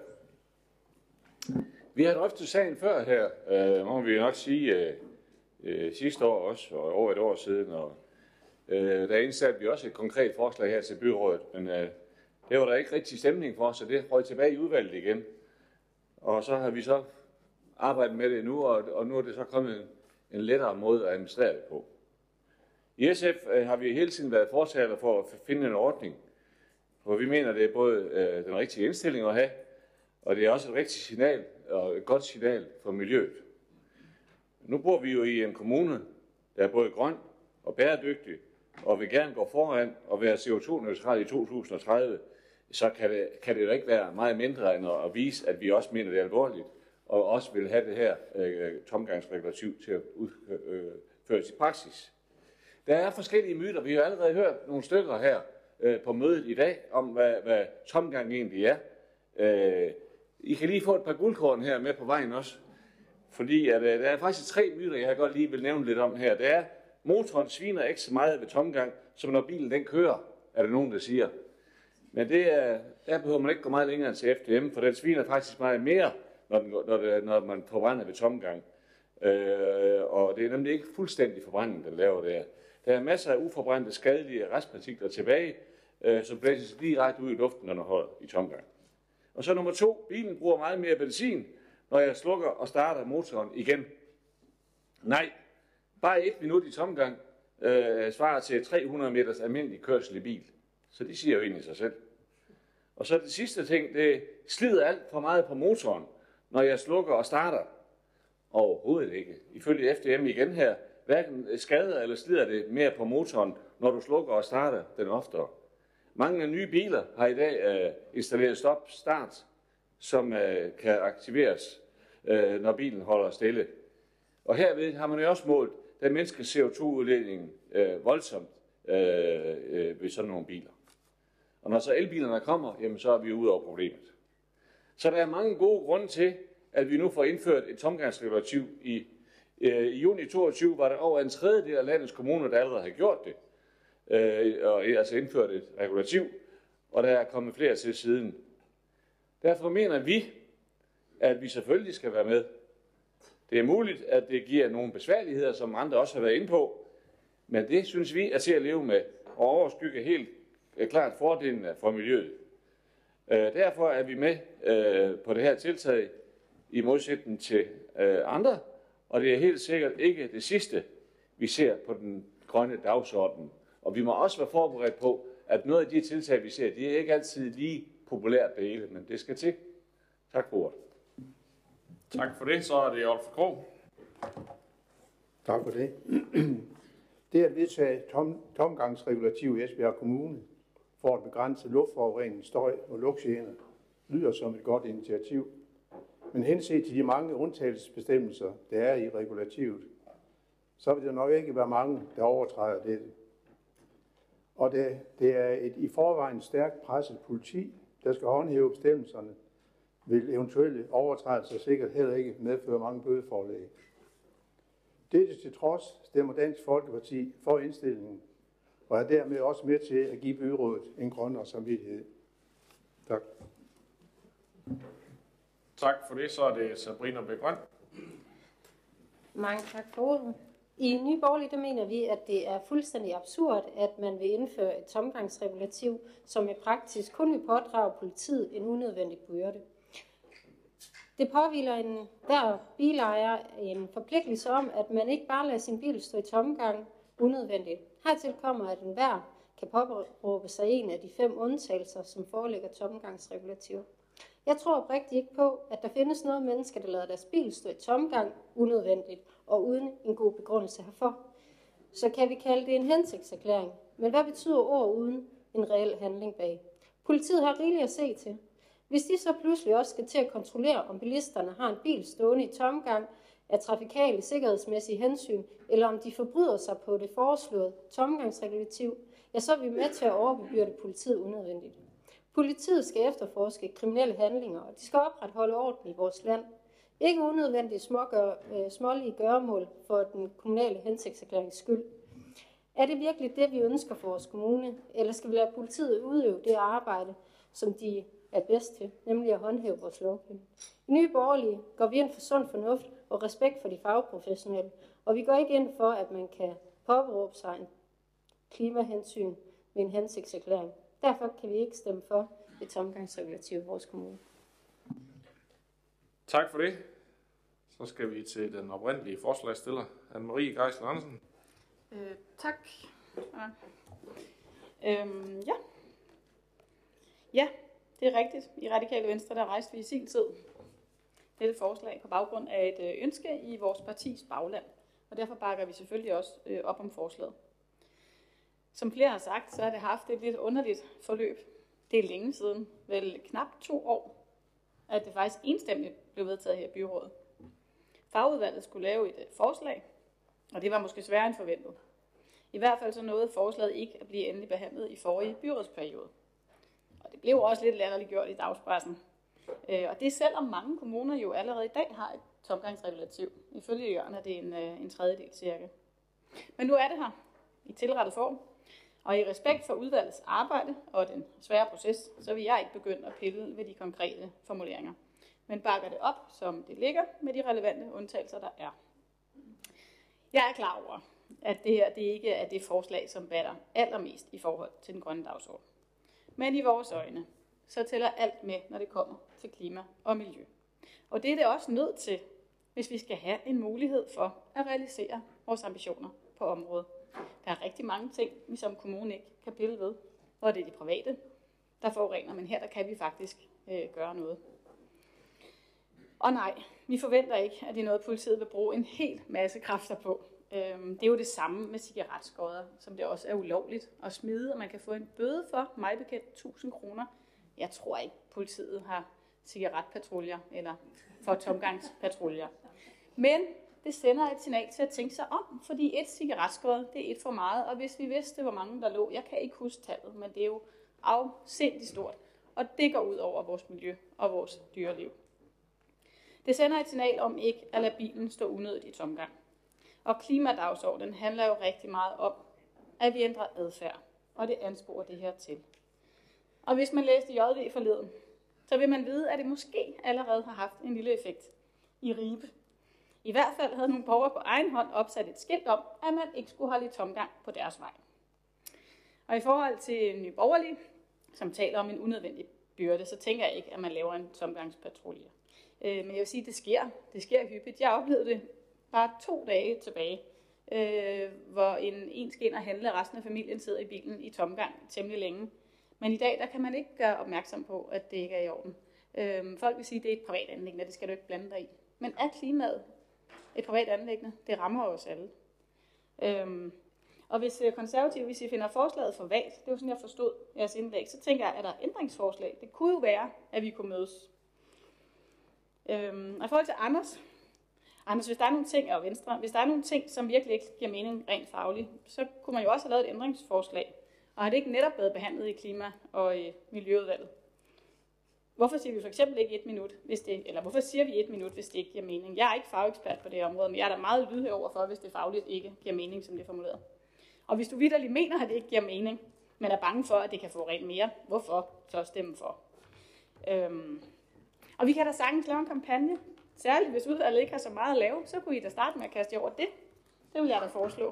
Vi har drøftet sagen før her, må vi nok sige sidste år også, og over et år siden. Og, der indsatte vi også et konkret forslag her til byrådet, men det var der ikke rigtig stemning for, så det røg tilbage i udvalget igen. Og så har vi så arbejdet med det nu, og nu er det så kommet en lettere måde at administrere det på. I SF har vi hele tiden været fortaler for at finde en ordning, hvor vi mener, det er både den rigtige indstilling at have, og det er også et rigtigt signal og et godt signal for miljøet. Nu bor vi jo i en kommune, der er både grøn og bæredygtig, og vil gerne gå foran og være CO2-neutral i 2030, så kan det jo ikke være meget mindre end at vise, at vi også mener det alvorligt, og også vil have det her tomgangsregulativ til at udføres i praksis. Der er forskellige myter. Vi har allerede hørt nogle stykker her på mødet i dag, om hvad tomgang egentlig er. I kan lige få et par guldkorn her med på vejen også. Fordi at, der er faktisk 3 myter, jeg godt lige vil nævne lidt om her. Det er, motoren sviner ikke så meget ved tomgang, som når bilen den kører, er der nogen, der siger. Men der behøver man ikke gå meget længere til FDM, for den sviner faktisk meget mere, når man forbrænder ved tomgang. Og det er nemlig ikke fuldstændig forbrænding, den laver der. Der er masser af uforbrændte skadelige restpartikler tilbage, som blæses lige ret ud i luften, når den holder i tomgang. Og så nummer 2. Bilen bruger meget mere benzin, når jeg slukker og starter motoren igen. Nej, bare 1 minut i tomgang svarer til 300 meters almindelig kørsel i bil. Så det siger jo egentlig sig selv. Og så det sidste ting, det slider alt for meget på motoren, når jeg slukker og starter. Overhovedet ikke. Ifølge FDM igen her, hverken skader eller slider det mere på motoren, når du slukker og starter den oftere. Mange nye biler har i dag installeret stop-start, som kan aktiveres, når bilen holder stille. Og herved har man jo også målt, at mindsker CO2-udledningen voldsomt ved sådan nogle biler. Og når så elbilerne kommer, jamen så er vi ude over problemet. Så der er mange gode grunde til, at vi nu får indført et tomgangsregulativ. I juni 2022 var der over en tredjedel af landets kommuner, der allerede har gjort det. Og altså indført et regulativ, og der er kommet flere til siden. Derfor mener vi, at vi selvfølgelig skal være med. Det er muligt, at det giver nogle besværligheder, som andre også har været inde på, men det synes vi er til at leve med og overskygge helt klart fordelene for miljøet. Derfor er vi med på det her tiltag i modsætning til andre, og det er helt sikkert ikke det sidste, vi ser på den grønne dagsorden. Og vi må også være forberedt på, at noget af de tiltag, vi ser, det er ikke altid lige populært det hele, men det skal til. Tak for ordet. Tak for det. Så er det Olf Krog. Tak for det. Det at vedtage tomgangsregulativ i Esbjerg Kommune for at begrænse luftforurening, støj og lugtgener lyder som et godt initiativ. Men henset til de mange undtagelsesbestemmelser, der er i regulativet, så vil der nok ikke være mange, der overtræder dette. Og det er et i forvejen stærkt presset politi, der skal håndhæve bestemmelserne, vil eventuelle overtrædelser sikkert heller ikke medføre mange bødeforelæg. Dette til trods stemmer Dansk Folkeparti for indstillingen, og er dermed også med til at give byrådet en grønnere samvittighed. Tak. Tak for det. Så er det Sabrina Bæk-Grøn. Mange tak for ordet. I Nye Borgerlige, der mener vi, at det er fuldstændig absurd, at man vil indføre et tomgangsregulativ, som i praksis kun vil pådrage politiet en unødvendig byrde. Det påhviler enhver bilejer en forpligtelse om, at man ikke bare lader sin bil stå i tomgang unødvendigt. Hertil kommer, at enhver kan påråbe sig en af de 5 undtagelser, som foreligger tomgangsregulativ. Jeg tror oprigtigt ikke på, at der findes noget mennesker, der lader deres bil stå i tomgang unødvendigt og uden en god begrundelse herfor. Så kan vi kalde det en hensigtserklæring. Men hvad betyder ord uden en reel handling bag? Politiet har rigeligt at se til. Hvis de så pludselig også skal til at kontrollere, om bilisterne har en bil stående i tomgang af trafikale sikkerhedsmæssige hensyn, eller om de forbryder sig på det foreslåede tomgangsregulativ, ja, så er vi med til at overbebyrde politiet unødvendigt. Politiet skal efterforske kriminelle handlinger, og de skal opretholde orden i vores land. Ikke unødvendigt smålige gøremål for den kommunale hensigtserklærings skyld. Er det virkelig det, vi ønsker for vores kommune, eller skal vi lade politiet udøve det arbejde, som de er bedst til, nemlig at håndhæve vores lovgivning? I Nye Borgerlige går vi ind for sund fornuft og respekt for de fagprofessionelle, og vi går ikke ind for, at man kan påberåbe sig en klimahensyn med en hensigtserklæring. Derfor kan vi ikke stemme for et tomgangsregulativ i vores kommune. Tak for det. Så skal vi til den oprindelige forslagsstiller, Anne-Marie Geisler Andersen. Tak. Ja, det er rigtigt. I Radikale Venstre, der rejste vi i sin tid dette forslag på baggrund af et ønske i vores partis bagland. Og derfor bakker vi selvfølgelig også op om forslaget. Som flere har sagt, så har det haft et lidt underligt forløb. Det er længe siden, vel knap 2 år, at det faktisk enstemmigt blev vedtaget her i byrådet. Fagudvalget skulle lave et forslag, og det var måske sværere end forventet. I hvert fald så nåede forslaget ikke at blive endelig behandlet i forrige byrådsperiode. Og det blev også lidt latterliggjort i dagspressen. Og det er selvom mange kommuner jo allerede i dag har et tomgangsregulativ. Ifølge Jørgen er det en tredjedel cirka. Men nu er det her i tilrettet form. Og i respekt for udvalgets arbejde og den svære proces, så vil jeg ikke begynde at pille ved de konkrete formuleringer. Men bakker det op, som det ligger, med de relevante undtagelser, der er. Jeg er klar over, at det her det ikke er det forslag, som batter allermest i forhold til den grønne dagsorden. Men i vores øjne, så tæller alt med, når det kommer til klima og miljø. Og det er det også nødt til, hvis vi skal have en mulighed for at realisere vores ambitioner på området. Der er rigtig mange ting, vi som kommune ikke kan pille ved, og det er de private, der forurener, men her der kan vi faktisk gøre noget. Og nej, vi forventer ikke, at det er noget, politiet vil bruge en hel masse kræfter på. Det er jo det samme med cigaretskodder, som det også er ulovligt at smide, og man kan få en bøde for, mig bekendt, 1000 kroner. Jeg tror ikke, politiet har cigaretpatruljer eller for tomgangspatruljer. Men det sender et signal til at tænke sig om, fordi et cigaretskod, det er et for meget, og hvis vi vidste, hvor mange der lå, jeg kan ikke huske tallet, men det er jo afsindigt stort, og det går ud over vores miljø og vores dyreliv. Det sender et signal om ikke at lade bilen stå unødigt i tomgang. Og klimadagsordenen handler jo rigtig meget om, at vi ændrer adfærd, og det ansporer det her til. Og hvis man læste JV forleden, så vil man vide, at det måske allerede har haft en lille effekt i Ribe. I hvert fald havde nogle borgere på egen hånd opsat et skilt om, at man ikke skulle holde i tomgang på deres vej. Og i forhold til Nye Borgerlige, som taler om en unødvendig byrde, så tænker jeg ikke, at man laver en tomgangspatrulje. Men jeg vil sige, at det sker. Det sker hyppigt. Jeg oplevede det bare 2 dage tilbage, hvor en skal ind og handle, og resten af familien sidder i bilen i tomgang temmelig længe. Men i dag, der kan man ikke gøre opmærksom på, at det ikke er i orden. Folk vil sige, at det er et privat anliggende, det skal du ikke blande dig i. Men er klimaet et privat anliggende? Det rammer os alle. Og hvis konservative, hvis I finder forslaget for vagt, det var sådan, jeg forstod jeres indlæg, så tænker jeg, at der er ændringsforslag. Det kunne jo være, at vi kunne mødes. Og i forhold til Anders, hvis der er nogle ting, og Venstre, hvis der er nogle ting, som virkelig ikke giver mening rent fagligt, så kunne man jo også have lavet et ændringsforslag. Og har det ikke netop været behandlet i klima- og i miljøudvalget? Hvorfor siger vi for eksempel ikke 1 minut, hvorfor siger vi 1 minut, hvis det ikke giver mening? Jeg er ikke fagekspert på det område, men jeg er da meget lydhør overfor, hvis det fagligt ikke giver mening, som det er formuleret. Og hvis du vitterligt mener, at det ikke giver mening, men er bange for, at det kan få rent mere, hvorfor så stemme for? Og vi kan da sagtens lave en kampagne. Særligt hvis udvalget ikke har så meget at lave, så kunne I da starte med at kaste jer over det. Det vil jeg da foreslå.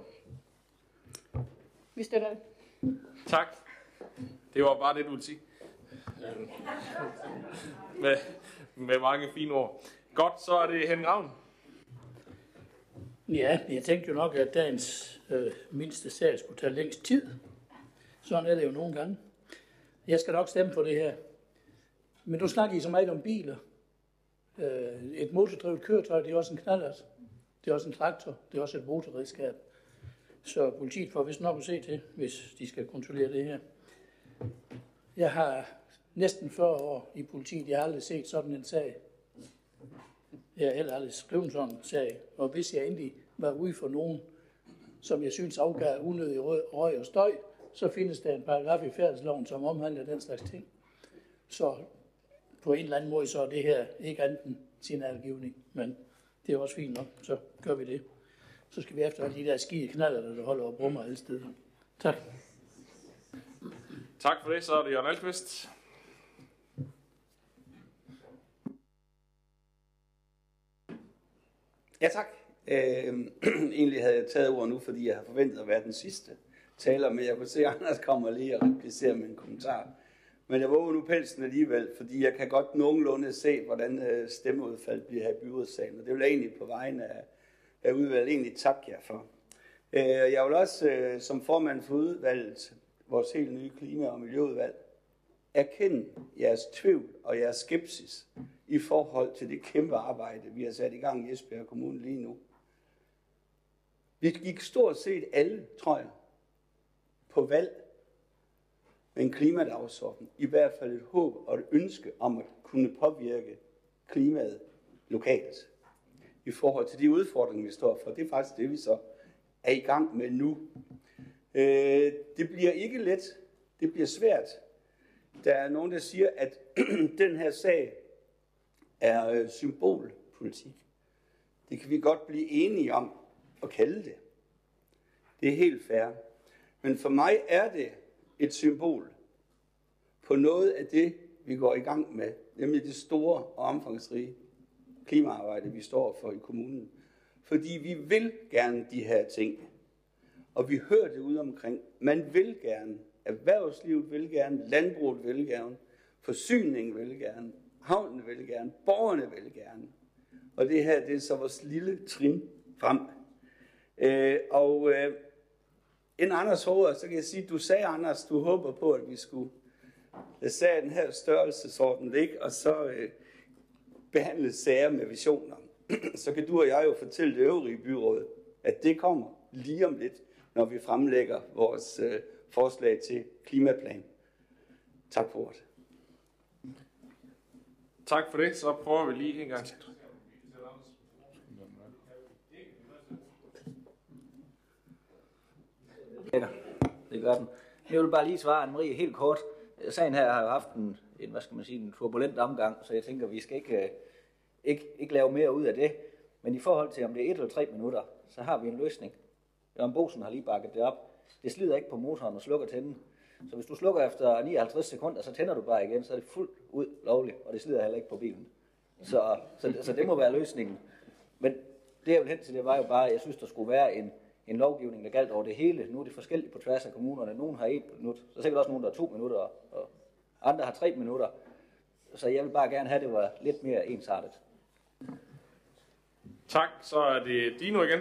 Vi støtter det. Tak. Det var bare det, du ville sige. Med mange fine ord. Godt, så er det Henning Ravn. Ja, jeg tænkte jo nok, at dagens mindste sag skulle tage længst tid. Sådan er det jo nogle gange. Jeg skal nok stemme for det her. Men du snakker I så meget om biler. Et motordrevet køretøj, det er også en knallert. Det er også en traktor. Det er også et motorredskab. Så politiet får vist nok at se til, hvis de skal kontrollere det her. Jeg har næsten 40 år i politiet. Jeg har aldrig set sådan en sag. Jeg har heller aldrig skrevet sådan en sag. Og hvis jeg endelig var ude for nogen, som jeg synes afgav unødig røg og støj, så findes der en paragraf i færdselsloven, som omhandler den slags ting. Så på en eller anden måde, så er det her ikke andet end signalgivning. Men det er også fint nok, så gør vi det. Så skal vi efter alle de der skide knaller, der holder og brummer alle steder. Tak. Tak for det, så er det Jørgen Alkvist. Ja, tak. Egentlig havde jeg taget ord nu, fordi jeg har forventet at være den sidste taler, men jeg kunne se, at Anders kommer lige og replicerer med en kommentar. Men jeg våger nu pelsen alligevel, fordi jeg kan godt nogenlunde se, hvordan stemmeudfald bliver her i byrådssalen. Og det vil jeg egentlig på vegne af udvalget egentlig takke jer for. Jeg vil også som formand for udvalget, vores helt nye klima- og miljøudvalg, erkende jeres tvivl og jeres skepsis i forhold til det kæmpe arbejde, vi har sat i gang i Esbjerg Kommune lige nu. Vi gik stort set alle, tror jeg, på valg med en klimadagsorden. I hvert fald et håb og et ønske om at kunne påvirke klimaet lokalt i forhold til de udfordringer, vi står for. Det er faktisk det, vi så er i gang med nu. Det bliver ikke let. Det bliver svært. Der er nogen, der siger, at den her sag er symbolpolitik. Det kan vi godt blive enige om at kalde det. Det er helt fair. Men for mig er det et symbol på noget af det, vi går i gang med, nemlig det store og omfangsrige klimaarbejde, vi står for i kommunen. Fordi vi vil gerne de her ting. Og vi hører det ude omkring. Man vil gerne. Erhvervslivet vil gerne. Landbruget vil gerne. Forsyningen vil gerne. Havnen vil gerne. Borgerne vil gerne. Og det her, det er så vores lille trin frem. En Anders hoved, så kan jeg sige, du sagde, Anders, du håber på, at vi skulle lade den her størrelsesorden ligge, og så behandle sager med visioner. Så kan du og jeg jo fortælle det øvrige byråd, at det kommer lige om lidt, når vi fremlægger vores forslag til klimaplan. Tak for ordet. Tak for det. Så prøver vi lige en gang til. Det gør den. Jeg vil bare lige svare Anne-Marie helt kort. Sagen her har jo haft en turbulent omgang, så jeg tænker, vi skal ikke lave mere ud af det. Men i forhold til, om det er 1 eller 3 minutter, så har vi en løsning. Jørgen Bosen har lige bakket det op. Det slider ikke på motoren og slukker tænden. Så hvis du slukker efter 59 sekunder, så tænder du bare igen, så er det fuldt ud lovligt, og det slider heller ikke på bilen. Så det må være løsningen. Men det jeg vil hen til, det var jo bare, at jeg synes, der skulle være en lovgivning, der galt over det hele. Nu er det forskelligt på tværs af kommunerne. Nogle har 1 minut, så sikkert også nogle, der har 2 minutter, og andre har 3 minutter. Så jeg vil bare gerne have, at det var lidt mere ensartet. Tak, så er det Dino igen.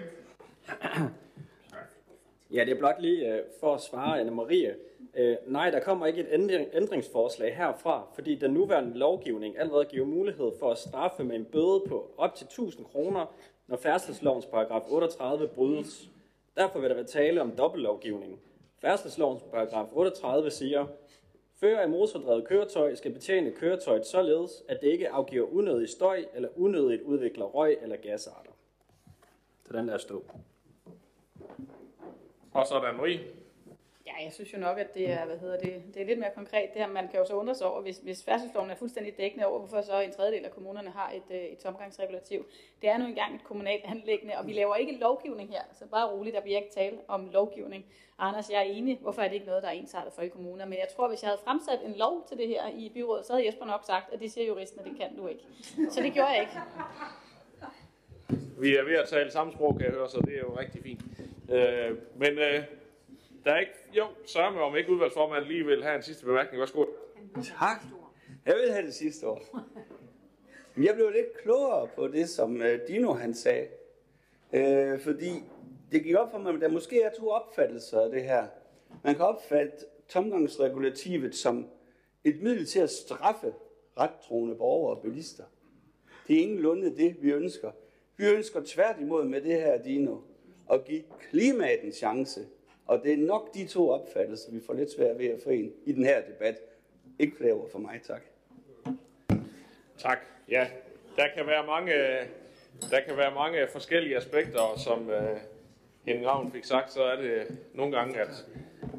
Ja, det er blot lige for at svare Anne-Marie. Nej, der kommer ikke et ændringsforslag herfra, fordi den nuværende lovgivning allerede giver mulighed for at straffe med en bøde på op til 1.000 kroner, når færdselslovens paragraf 38 brydes. Derfor vil der være tale om dobbeltlovgivning. Færdselslovens paragraf 38 siger, fører af motordrevet køretøj skal betjene køretøjet således, at det ikke afgiver unødig støj eller unødigt udvikler røg eller gasarter. Så den lader stå. Og så er der Marie. Ja, jeg synes jo nok, at det er, det er lidt mere konkret. Det her, man kan jo så undre sig over, hvis færdselsloven er fuldstændig dækkende over, hvorfor så en tredjedel af kommunerne har et tomgangsregulativ. Det er nu engang et kommunalt anliggende, og vi laver ikke lovgivning her, så bare roligt, der bliver ikke tale om lovgivning. Anders, jeg er enig. Hvorfor er det ikke noget, der er ensartet for i kommuner? Men jeg tror, hvis jeg havde fremsat en lov til det her i byrådet, så havde Jesper nok sagt, at det siger juristen, at det kan du ikke. Så det gjorde jeg ikke. Vi er ved at tale samme sprog, kan jeg høre, så det er jo rigtig fint. Men der er ikke... Jo, sørg om ikke udvalgsformanden lige vil have en sidste bemærkning. Værsgo. Tak. Jeg vil have det sidste år. Jeg blev lidt klogere på det, som Dino han sagde. Fordi det gik op for mig, at der måske er 2 opfattelser af det her. Man kan opfatte tomgangsregulativet som et middel til at straffe rettroende borgere og bilister. Det er ingenlunde det, vi ønsker. Vi ønsker tværtimod med det her, Dino, at give klimaet en chance. Og det er nok de 2 opfattelser, vi får lidt svært ved at forene i den her debat. Ikke flere ord for mig, tak. Tak. Ja, der kan være mange forskellige aspekter, og som Henning Ravn fik sagt, så er det nogle gange, at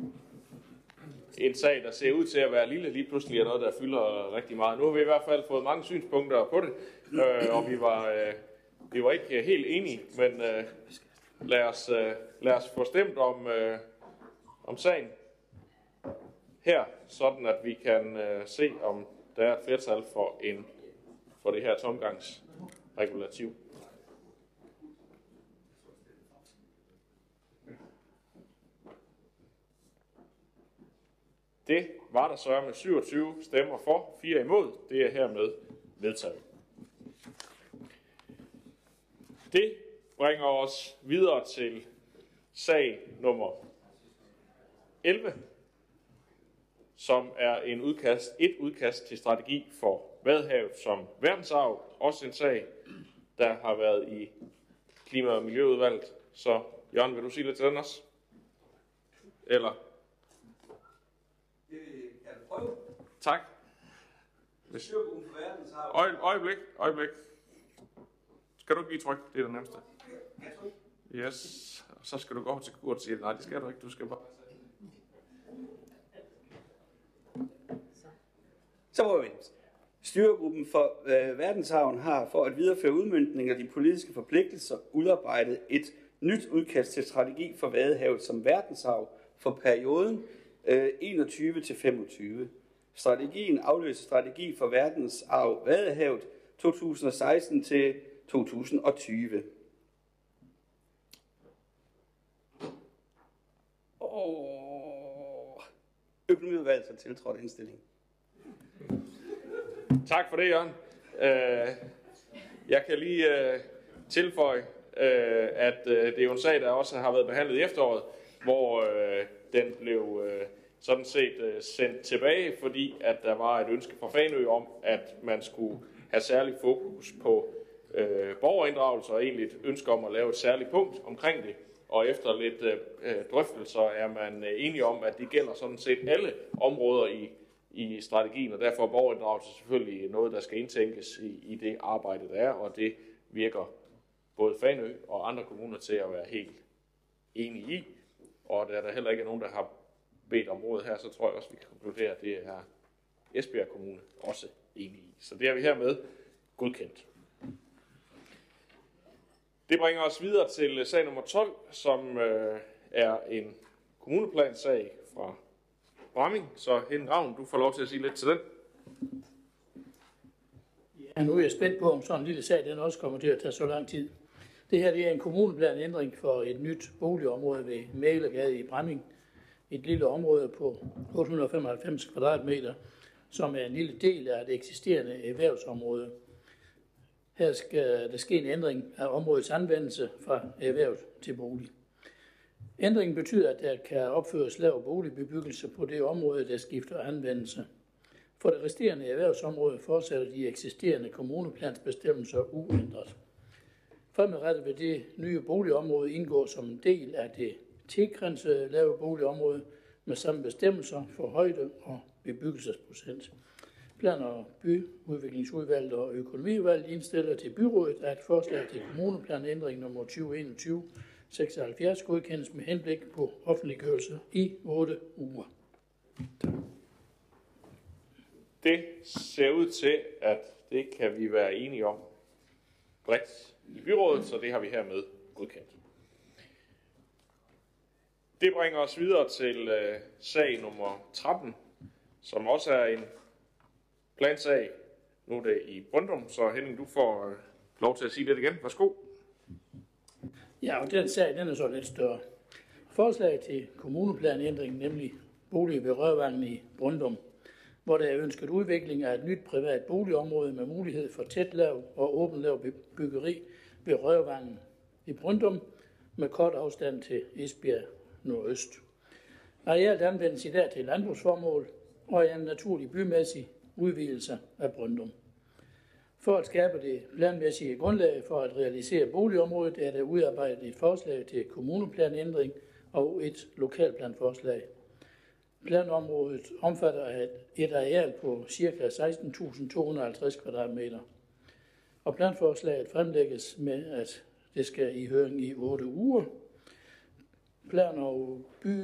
en sag, der ser ud til at være lille, lige pludselig er noget, der fylder rigtig meget. Nu har vi i hvert fald fået mange synspunkter på det, og vi var ikke helt enige, men lad os få stemt om sagen her, sådan at vi kan se, om der er et flertal for det her tomgangsregulativ. Det var der så med 27 stemmer for, 4 imod. Det er hermed vedtaget. Det bringer os videre til sag nummer 11, som er et udkast til strategi for Vadehavet som verdensarv. Også en sag, der har været i Klima- og Miljøudvalget. Så Jørgen, vil du sige lidt til den også? Eller? Det kan du prøve. Tak. Øjeblik. Skal du ikke lige trykke? Det er det nemmeste. Yes. Så skal du gå over til Kurt og sige, nej, det skal du ikke. Du skal bare... Så prøver vi. Styregruppen for verdenshavn har for at videreføre udmøntning af de politiske forpligtelser udarbejdet et nyt udkast til strategi for Vadehavet som verdensarv for perioden 21-25. Strategien afløser strategi for verdensarv Vadehavet 2016 til 2020. Økonomiudvalget har tiltrådt indstillingen. Tak for det, Jørgen. Jeg kan lige tilføje, at det er jo en sag, der også har været behandlet i efteråret, hvor den blev sådan set sendt tilbage, fordi at der var et ønske fra Fanø om, at man skulle have særlig fokus på borgerinddragelse og egentlig et ønske om at lave et særligt punkt omkring det. Og efter lidt drøftelser er man enige om, at det gælder sådan set alle områder i strategien, og derfor er borgerinddragelse selvfølgelig noget, der skal indtænkes i det arbejde, der er, og det virker både Fanø og andre kommuner til at være helt enige i. Og der heller ikke er nogen, der har bedt område her, så tror jeg også, vi kan konkludere, at det er Esbjerg Kommune også enige i. Så det er vi hermed godkendt. Det bringer os videre til sag nummer 12, som er en kommuneplansag fra Bramming. Så Henning Ravn, du får lov til at sige lidt til den. Ja, nu er jeg spændt på, om sådan en lille sag den også kommer til at tage så lang tid. Det her det er en kommuneplanændring for et nyt boligområde ved Mæglergade i Bramming. Et lille område på 895 kvadratmeter, som er en lille del af det eksisterende erhvervsområde. Her skal der ske en ændring af områdets anvendelse fra erhverv til bolig. Ændringen betyder, at der kan opføres lav boligbebyggelse på det område, der skifter anvendelse. For det resterende erhvervsområde fortsætter de eksisterende kommuneplansbestemmelser uændret. Fremadrettet vil det nye boligområde indgå som en del af det tilgrænsede lave boligområde med samme bestemmelser for højde og bebyggelsesprocent. Plan- og byudviklingsudvalget og økonomiudvalget indstiller til byrådet, at forslag til kommuneplanændring nummer 2021-76 godkendes med henblik på offentliggørelse i 8 uger. Det ser ud til, at det kan vi være enige om bredt i byrådet, så det har vi hermed godkendt. Det bringer os videre til sag nummer 13, som også er en plansag. Nu er det i Brøndum, så Henning, du får lov til at sige det igen. Værsgo. Ja, og den sag den er så lidt større. Forslag til kommuneplanændring, nemlig bolig ved Rørvangen i Brøndum, hvor der er ønsket udvikling af et nyt privat boligområde med mulighed for tæt lav og åben lav byggeri ved Rørvangen i Brøndum med kort afstand til Esbjerg nordøst. Arealet anvendes i dag til landbrugsformål og er en naturlig bymæssig udvidelse af Brøndum. For at skabe det planmæssige grundlag for at realisere boligområdet, er der udarbejdet et forslag til kommuneplanændring og et lokalplanforslag. Planområdet omfatter et areal på ca. 16.250 kvadratmeter. Og planforslaget fremlægges med, at det skal i høring i 8 uger. Plan- og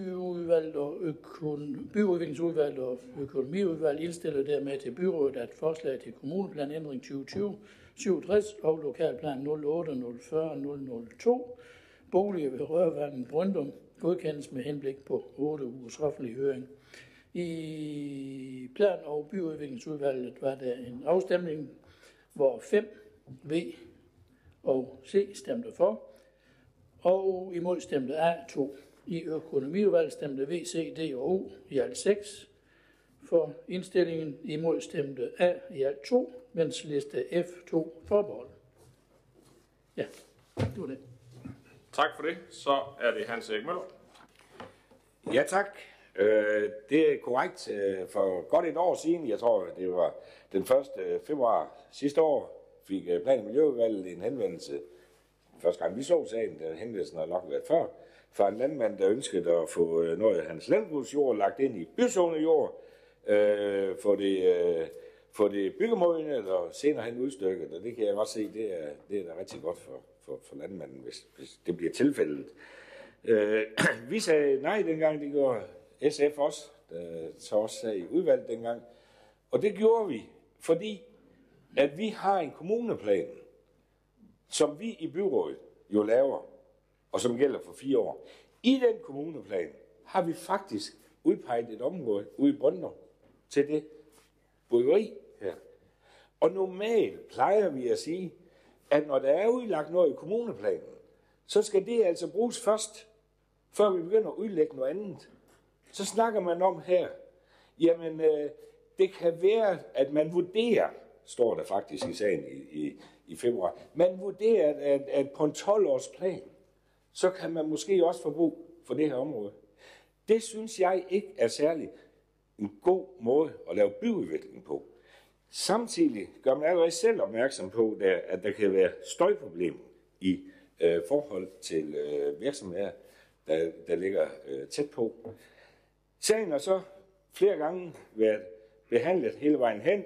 byudviklingsudvalget og økonomiudvalget indstiller dermed til byrådet, at forslag til kommuneplanændring 2020-67 og lokalplan 08-040-002 bolig ved Rørvangen Brøndum godkendes med henblik på 8 ugers offentlig høring. I plan- og byudviklingsudvalget var der en afstemning, hvor 5 V og C stemte for, og imod stemte A2. I økonomiudvalget stemte V, C, D og O i alt 6 for indstillingen. Imod stemte A i alt 2, mens liste F2 forbehold. Ja, det var det. Tak for det. Så er det Hans Erik Møller. Ja, tak. Det er korrekt. For godt et år siden, jeg tror, det var den 1. februar sidste år, fik Plan- og Miljøudvalget en henvendelse. Første gang vi så sagen, den henvendelsen har nok været før, fra en landmand, der ønskede at få noget af hans landbrugsjord lagt ind i byzonejord, for det byggemodne, eller senere hen udstykket, og det kan jeg godt se, det er da rigtig godt for landmanden, hvis det bliver tilfældet. Vi sagde nej dengang, det gjorde SF også, der så også sagde i udvalget dengang, og det gjorde vi, fordi at vi har en kommuneplan, som vi i byrådet jo laver, og som gælder for 4 år. I den kommuneplan har vi faktisk udpeget et område ude i Brøndum til det byggeri her. Og normalt plejer vi at sige, at når der er udlagt noget i kommuneplanen, så skal det altså bruges først, før vi begynder at udlægge noget andet. Så snakker man om her, jamen det kan være, at man vurderer, står der faktisk i sagen i februar, man vurderer, at på en 12-års plan, så kan man måske også få brug for det her område. Det synes jeg ikke er særlig en god måde at lave byudvikling på. Samtidig gør man allerede selv opmærksom på, at der kan være støjproblemer i forhold til virksomheder, der ligger tæt på. Sagen har så flere gange været behandlet hele vejen hen,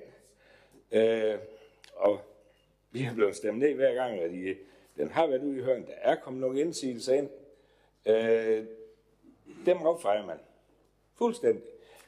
og vi har blevet stemt ned hver gang, at den har været ude i høringen. Der er kommet nogle indsigelser ind. Dem affejer man, Fuldstændig.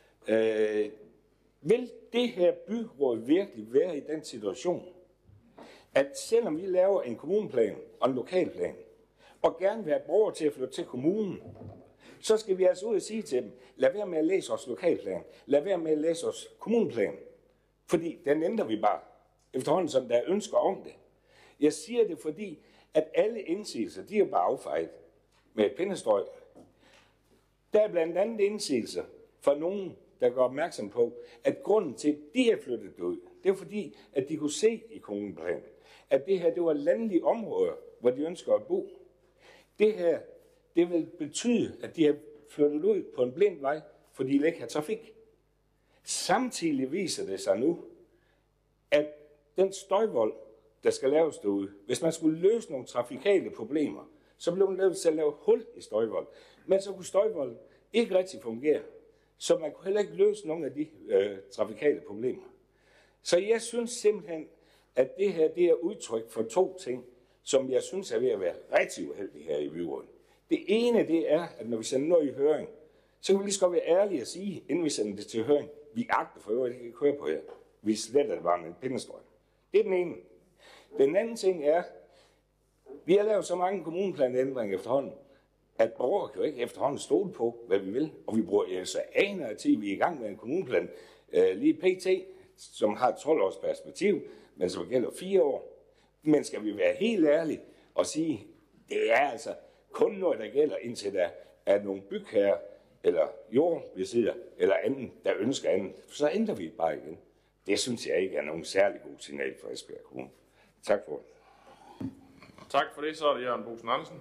Vil det her byråd virkelig være i den situation, at selvom vi laver en kommuneplan og en lokalplan, og gerne vil have borgere til at flytte til kommunen, så skal vi altså ud og sige til dem, lad være med at læse vores lokalplan, lad være med at læse vores kommuneplan, fordi den ændrer vi bare, efterhånden som der er ønsker om det. Jeg siger det, fordi at alle indsigelser, de er bare affejet med et pindestrøg. Der er blandt andet indsigelser fra nogen, der gør opmærksom på, at grunden til, at de er flyttet ud, det er fordi, at de kunne se i kommuneplanen, at det her, det var landlige områder, hvor de ønsker at bo. Det her, det vil betyde, at de har flyttet ud på en blind vej, fordi de ikke har trafik. Samtidig viser det sig nu, at den støjvold, der skal laves derude, hvis man skulle løse nogle trafikale problemer, så blev man nødt til at lave hul i støjvold. Men så kunne støjvold ikke rigtig fungere, så man kunne heller ikke løse nogle af de trafikale problemer. Så jeg synes simpelthen, at det her det er udtryk for to ting, som jeg synes er ved at være rigtig uheldige her i byrådet. Det ene, det er, at når vi sender noget i høring, så kan vi lige så godt være ærlige at sige, inden vi sender det til høring, vi agter for øvrigt ikke køre på her. Vi sletter det bare med en pindestrøg. Det er den ene. Den anden ting er, vi har lavet så mange kommuneplanændringer efterhånden, at borgere kan jo ikke efterhånden stole på, hvad vi vil. Og vi bruger så aner af tid, vi er i gang med en kommuneplan lige pt., som har et 12-års perspektiv, men som gælder 4 år. Men skal vi være helt ærlige og sige, det er altså kun noget, der gælder, indtil der er nogle bygherrer eller jordbesidder eller anden, der ønsker andet. Så ændrer vi bare igen. Det synes jeg ikke er nogen særlig god signal for Esbjerg Kommune. Tak for det. Tak for det. Så er det Jørgen Bosen Andersen.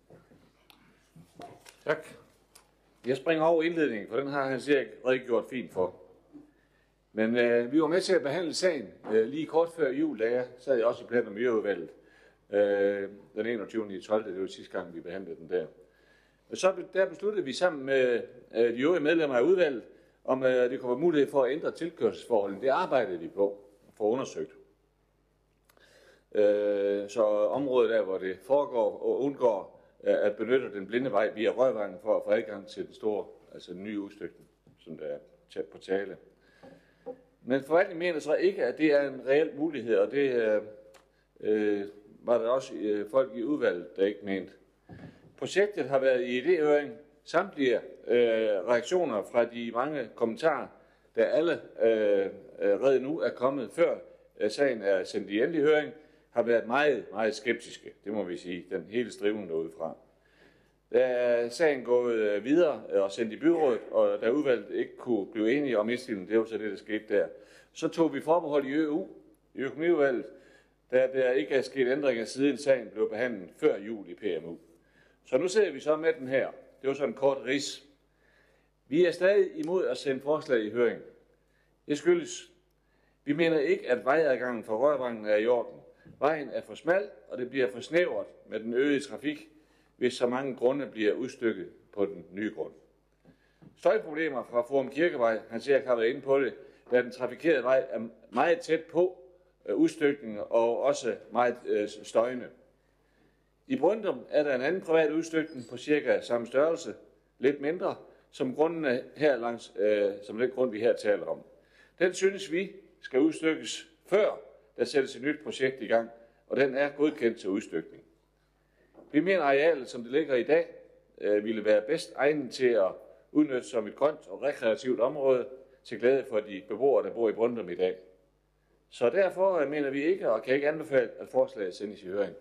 Tak. Jeg springer over indledningen, for den har han sikkert redegjort fint for. Men vi var med til at behandle sagen lige kort før jul, da jeg sad jeg også i Plan- og Miljøudvalget den 21.12. Det var sidste gang, vi behandlede den der. Så der besluttede vi sammen med de øvrige medlemmer af udvalget, om det kunne være mulighed for at ændre tilkørselsforholdene. Det arbejdede vi på for undersøgt. Så området der, hvor det foregår og undgår at benytte den blinde vej via Rørvejen for at få adgang til den store, altså den nye udstykning, som der er på tale. Men forvaltningen mener så ikke, at det er en reel mulighed, og det var der også folk i udvalget, der ikke mente. Projektet har været i idéhøring. Samtlige reaktioner fra de mange kommentarer, der alle redde nu er kommet før sagen er sendt i endelig høring, har været meget, meget skeptiske. Det må vi sige, den hele striven derudefra. Da er sagen gået videre og sendt i byrådet, og da udvalget ikke kunne blive enige om indstillingen, det var så det, der skete der. Så tog vi forbehold i i økonomiudvalget, da der ikke er sket ændringer siden sagen blev behandlet før jul i PMU. Så nu ser vi så med den her. Det var sådan en kort rids. Vi er stadig imod at sende forslag i høring. Det skyldes, vi mener ikke, at vejadgangen for Rørvangen er i orden. Vejen er for smal, og det bliver for snævert med den øgede trafik, hvis så mange grunde bliver udstykket på den nye grund. Støjproblemer fra Forum Kirkevej, han siger, jeg har været inde på det, da den trafikerede vej er meget tæt på udstykningen og også meget støjende. I Brøndum er der en anden privat udstykning på cirka samme størrelse, lidt mindre, som grundene her langs, som den grund, vi her taler om. Den synes vi skal udstykkes før der sættes et nyt projekt i gang, og den er godkendt til udstykning. Vi mener, arealet, som det ligger i dag, ville være bedst egnet til at udnytte som et grønt og rekreativt område til glæde for de beboere, der bor i Brøndum i dag. Så derfor mener vi ikke og kan ikke anbefale, at forslaget sendes i høring.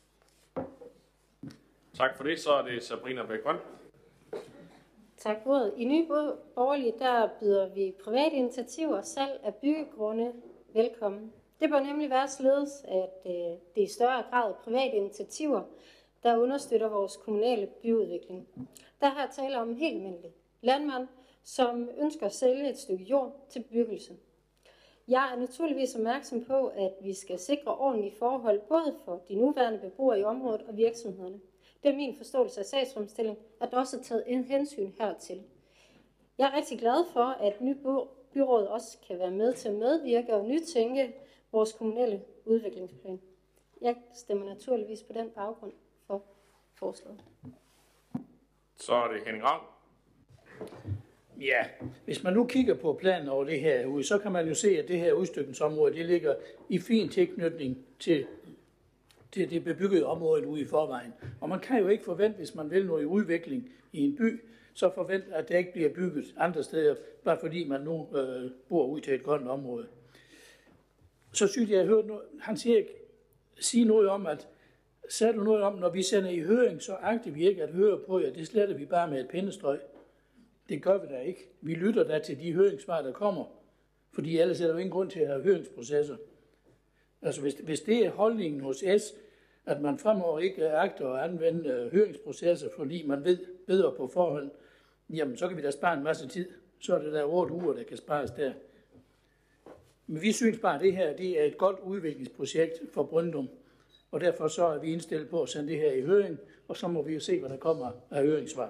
Tak for det. Så er det Sabrina Bæk-Grøn. Tak for det. I Nye Borgerlige, der byder vi private initiativer og salg af byggegrunde velkommen. Det bør nemlig være således, at det i større grad er private initiativer, der understøtter vores kommunale byudvikling. Der her taler om en helt almindelig landmand, som ønsker at sælge et stykke jord til bebyggelse. Jeg er naturligvis opmærksom på, at vi skal sikre ordentlige forhold både for de nuværende beboere i området og virksomhederne. Det er min forståelse af sagsfremstilling, at der også er taget en hensyn hertil. Jeg er rigtig glad for, at byrådet også kan være med til at medvirke og nytænke vores kommunale udviklingsplan. Jeg stemmer naturligvis på den baggrund for forslaget. Så er det Henning Ravn. Ja, hvis man nu kigger på planen over det her ude, så kan man jo se, at det her udstykningsområde, det ligger i fin tilknytning til det bebyggede område ude i forvejen. Og man kan jo ikke forvente, hvis man vil noget udvikling i en by, så forvente, at det ikke bliver bygget andre steder, bare fordi man nu bor ud til et grønt område. Så synes jeg hørte noget, han sige noget om, at sagde du noget om, når vi sender i høring, så agter vi ikke at høre på jer, det sletter vi bare med et pindestrøg. Det gør vi da ikke. Vi lytter da til de høringssvar, der kommer, fordi ellers er der jo ingen grund til at have høringsprocesser. Altså hvis det er holdningen hos S, at man fremover ikke agter at anvende høringsprocesser, fordi man ved bedre på forhånd, jamen så kan vi da spare en masse tid. Så er det der 8 uger, der kan spares der. Men vi synes bare, at det her det er et godt udviklingsprojekt for Bryndum, og derfor så er vi indstillet på at sende det her i høring, og så må vi jo se, hvad der kommer af høringssvar.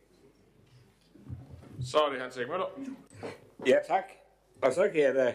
Så er det Hans Erik Møller. Ja, tak. Og så kan jeg da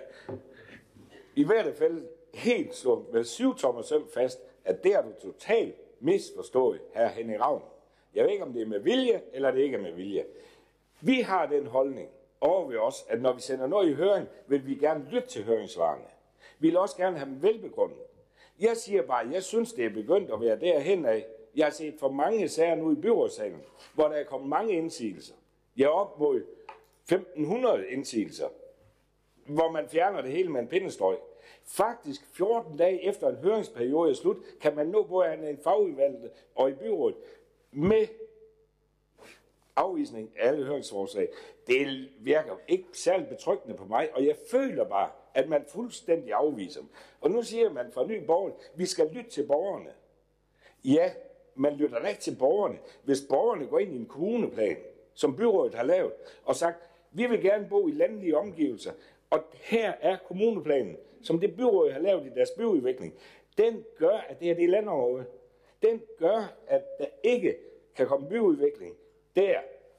i hvert fald helt slå med 7 søm fast, at det har du totalt misforstået, hr. Henning Ravn. Jeg ved ikke, om det er med vilje, eller det ikke er med vilje. Vi har den holdning over ved os, at når vi sender noget i høring, vil vi gerne lytte til høringssvarene. Vi vil også gerne have dem velbegrundet. Jeg siger bare, at jeg synes, det er begyndt at være derhen af. Jeg har set for mange sager nu i byrådssalen, hvor der er kommet mange indsigelser. Jeg er op mod 1.500 indsigelser, hvor man fjerner det hele med en pindestrøg. Faktisk 14 dage efter en høringsperiode er slut, kan man nå både en fagudvalg og i byrådet med afvisning af alle høringsforslag. Det virker ikke særlig betryggende på mig, og jeg føler bare, at man fuldstændig afviser dem. Og nu siger man fra Nye Borgerlige, at vi skal lytte til borgerne. Ja, man lytter da ikke til borgerne, hvis borgerne går ind i en kommuneplan, som byrådet har lavet, og sagt, vi vil gerne bo i landlige omgivelser, og her er kommuneplanen, som det byrådet har lavet i deres byudvikling. Den gør, at det er det landområde. Den gør, at der ikke kan komme byudvikling der.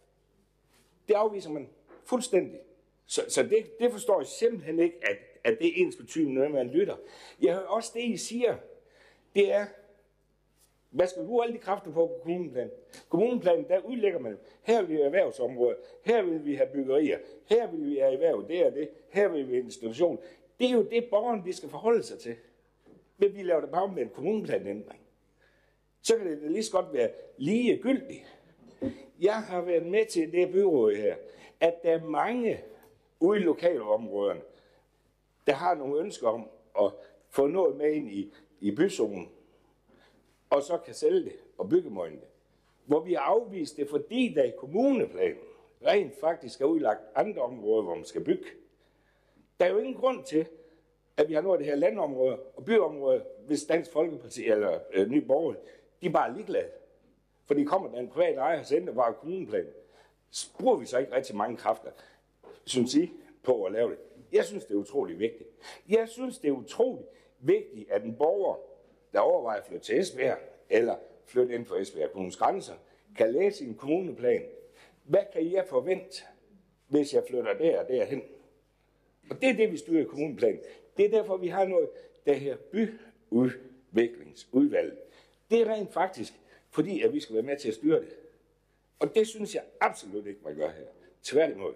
Det afviser man fuldstændig. Så det forstår jeg simpelthen ikke, at det er ens betydning, når man lytter. Jeg hører også det, I siger. Det er, hvad skal vi bruge alle de kræfter på kommuneplanen? Kommuneplanen, der udlægger man, her vil vi have erhvervsområder, her vil vi have byggerier, her vil vi have erhverv, det er det, her vil vi have institution. Det er jo det, borgerne de skal forholde sig til. Men vi laver det bare med en kommuneplanændring. Så kan det lige så godt være ligegyldigt. Jeg har været med til det byråd her, at der er mange ude i lokalområderne, der har nogle ønsker om at få noget med ind i byzonen, og så kan sælge det og byggemøgne det. Hvor vi har afvist det, fordi der i kommuneplanen rent faktisk er udlagt andre områder, hvor man skal bygge. Der er jo ingen grund til, at vi har noget af det her landområder og byområder, hvis Dansk Folkeparti eller Nye Borgerlige, de er bare ligeglade. For de kommer der en privat ejer, så ændrer bare kommuneplanen. Så bruger vi så ikke rigtig mange kræfter, synes I, på at lave det. Jeg synes, det er utrolig vigtigt. Jeg synes, det er utrolig vigtigt, at en borger, der overvejer at flytte til Esbjerg, eller flytte inden for Esbjerg Kommunes grænser, kan læse en kommuneplan. Hvad kan jeg forvente, hvis jeg flytter der og derhen? Og det er det, vi styrer i kommuneplanen. Det er derfor, vi har noget, der her byudviklingsudvalg. Det er rent faktisk, fordi at vi skal være med til at styre det. Og det synes jeg absolut ikke, man gør her. Tværtimod.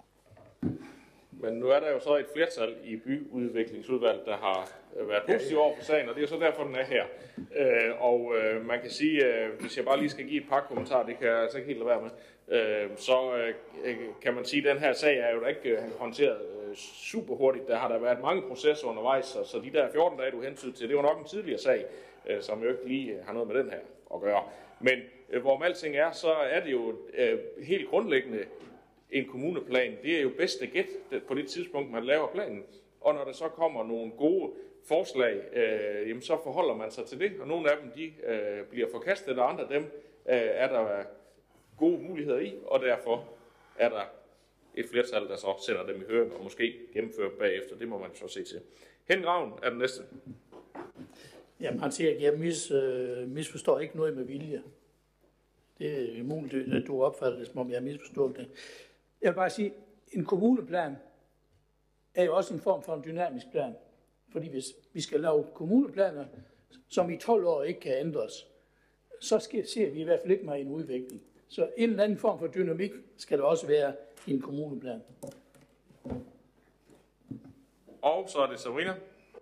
Men nu er der jo så et flertal i byudviklingsudvalget, der har været positiv over for sagen, og det er så derfor, den er her. Man kan sige, hvis jeg bare lige skal give et par kommentarer, det kan jeg altså ikke helt lade være med, kan man sige, at den her sag er jo da ikke håndteret super hurtigt. Der har der været mange processer undervejs, så de der 14 dage, du hentydede til, det var nok en tidligere sag, som jo ikke lige har noget med den her at gøre. Men hvorom alting er, så er det jo helt grundlæggende en kommuneplan. Det er jo bedste gæt på det tidspunkt, man laver planen. Og når der så kommer nogle gode forslag, jamen så forholder man sig til det. Og nogle af dem, de bliver forkastet, og andre dem er der gode muligheder i, og derfor er der et flertal, der så sender dem i høring og måske gennemfører bagefter. Det må man så se til. Henning Ravn er den næste. Jamen, han siger, at jeg misforstår ikke noget med vilje. Det er muligt, at du opfatter det, som om jeg har misforstået det. Jeg vil bare sige, at en kommuneplan er jo også en form for en dynamisk plan. Fordi hvis vi skal lave kommuneplaner, som i 12 år ikke kan ændres, så ser vi i hvert fald ikke meget en udvikling. Så en eller anden form for dynamik skal der også være i en kommuneplan. Og så er det Sabrina.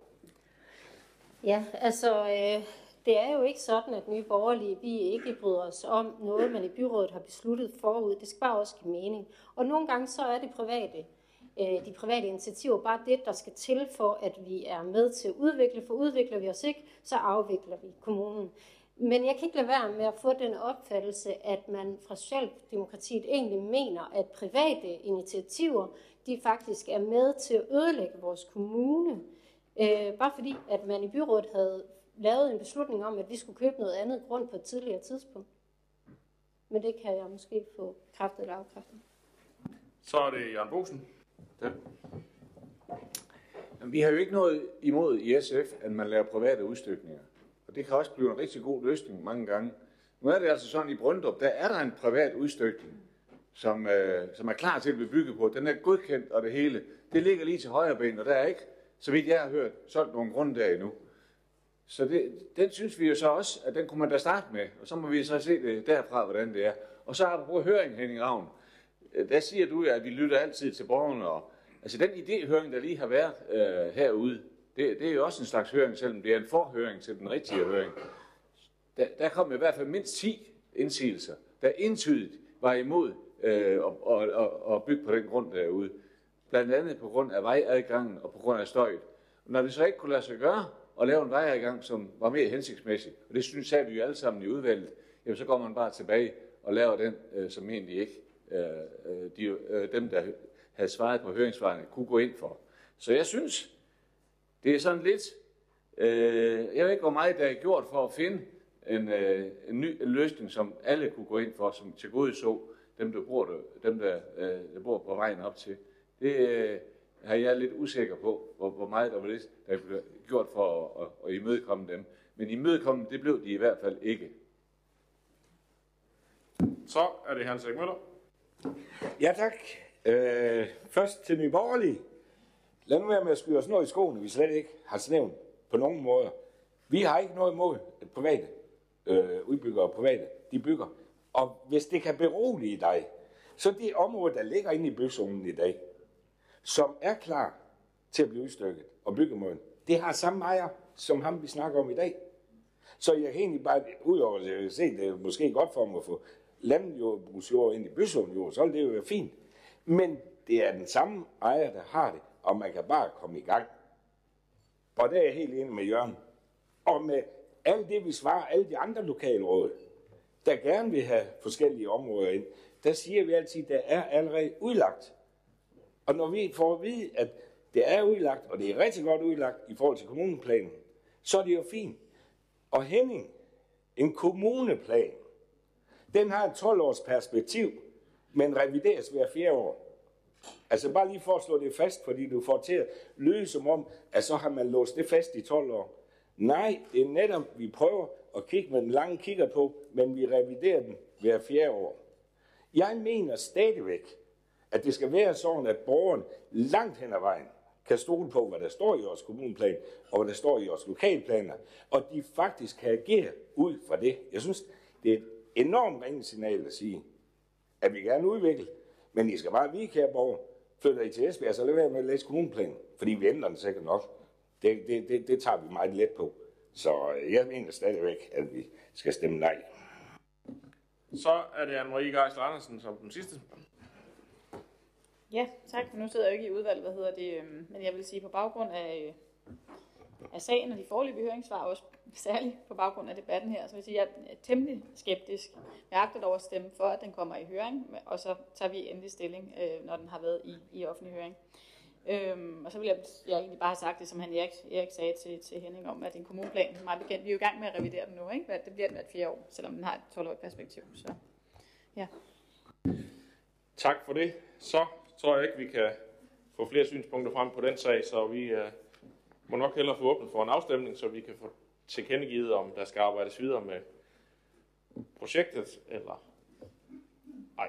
Ja, altså, det er jo ikke sådan, at Nye Borgerlige, vi ikke bryder os om noget, man i byrådet har besluttet forud. Det skal bare også give mening. Og nogle gange så er det de private initiativer bare det, der skal til for, at vi er med til at udvikle. For udvikler vi os ikke, så afvikler vi kommunen. Men jeg kan ikke lade være med at få den opfattelse, at man fra Socialdemokratiet egentlig mener, at private initiativer, de faktisk er med til at ødelægge vores kommune. Bare fordi, at man i byrådet havde lavet en beslutning om, at vi skulle købe noget andet grund på et tidligere tidspunkt. Men det kan jeg måske få bekræftet eller afkræftet. Så er det Jørgen Bosen. Ja. Vi har jo ikke noget imod i SF, at man laver private udstykninger. Og det kan også blive en rigtig god løsning mange gange. Nu er det altså sådan, i Brøndrup, der er der en privat udstykning, som er klar til at blive bygget på. Den er godkendt og det hele. Det ligger lige til højre ben, og der er ikke, så vidt jeg har hørt, solgt nogle grunde der endnu. Så den synes vi jo så også, at den kunne man da starte med. Og så må vi så se det derfra, hvordan det er. Og så har du på høring, Henning Ravn. Der siger du, at vi lytter altid til borgerne. Og, altså den idéhøring, der lige har været herude, det er jo også en slags høring, selvom det er en forhøring til den rigtige høring. Der kom i hvert fald mindst 10 indsigelser, der entydigt var imod at bygge på den grund derude. Blandt andet på grund af vejadgangen og på grund af støj. Når det så ikke kunne lade sig gøre at lave en vejadgang, som var mere hensigtsmæssig, og det synes vi jo alle sammen i udvalget, jamen så går man bare tilbage og laver den, som egentlig ikke dem, der havde svaret på høringsvarene, kunne gå ind for. Så jeg synes, det er sådan lidt, jeg ved ikke, hvor meget der er gjort for at finde en ny løsning, som alle kunne gå ind for, som tilgodeså dem, der bor på vejen op til. Det har jeg lidt usikker på, hvor meget der var det, der blev gjort for at imødekomme dem. Men imødekomme, det blev de i hvert fald ikke. Så er det Hans Erik Møller. Ja, tak. Først til Nye Borgerlige. Lad nu være med at skyde os noget i skoene, vi slet ikke har snævnt på nogen måder. Vi har ikke noget imod private udbyggere og private. De bygger. Og hvis det kan berolige dig, så det område, der ligger inde i byzonen i dag, som er klar til at blive udstykket og byggemåden, det har samme ejer som ham, vi snakker om i dag. Så jeg kan egentlig bare, udover at jeg se, det er måske godt for mig at få landjordbrugsjord ind i byzonen, så vil det jo være fint. Men det er den samme ejer, der har det, og man kan bare komme i gang. Og der er jeg helt enig med Jørgen. Og med alt det, vi svarer alle de andre lokalråd, der gerne vil have forskellige områder ind, der siger vi altid, at der er allerede udlagt. Og når vi får at vide, at det er udlagt, og det er rigtig godt udlagt i forhold til kommuneplanen, så er det jo fint. Og Henning, en kommuneplan, den har et 12-års perspektiv, men revideres hver 4 år. Altså bare lige for at slå det fast, fordi du får til at lyde som om, at så har man låst det fast i 12 år. Nej, det er netop, vi prøver at kigge med den lange kigger på, men vi reviderer den hver 4 år. Jeg mener stadigvæk, at det skal være sådan, at borgeren langt hen ad vejen kan stole på, hvad der står i vores kommuneplan, og hvad der står i vores lokalplaner, og de faktisk kan agere ud fra det. Jeg synes, det er et enormt ringe signal at sige, at vi gerne udvikle, men I skal bare vide, kære borger, flytter I til Esbjerg, så lad være med at læse kommuneplanen, fordi vi ændrer den sikkert nok. Det tager vi meget let på. Så jeg mener stadigvæk, at vi skal stemme nej. Så er det Anne-Marie Geisler Andersen som den sidste. Ja, tak. Nu sidder jeg jo ikke i udvalget, men jeg vil sige på baggrund af sagen og de foreløbige høringssvar, også særligt på baggrund af debatten her, så vil jeg sige, at jeg er temmelig skeptisk. Jeg agter dog at stemme for, at den kommer i høring, og så tager vi endelig stilling, når den har været i offentlig høring. Og så vil jeg egentlig bare have sagt det, som han Erik sagde til Henning om, at en kommuneplan, meget bekendt, vi er jo i gang med at revidere den nu, ikke? Det bliver den hvert 4 år, selvom den har et 12-årigt perspektiv. Så, ja. Tak for det. Så tror jeg ikke, vi kan få flere synspunkter frem på den sag, så vi må nok hellere få åbnet for en afstemning, så vi kan få tilkendegivet, om der skal arbejdes videre med projektet, eller ej.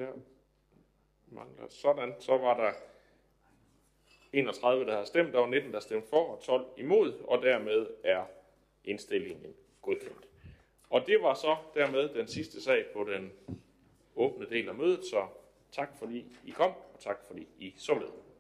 Der mangler sådan. Så var der 31, der har stemt, der var 19, der stemte for, og 12 imod, og dermed er indstillingen godkendt. Og det var så dermed den sidste sag på den åbne del af mødet, så tak fordi I kom, og tak fordi I så med.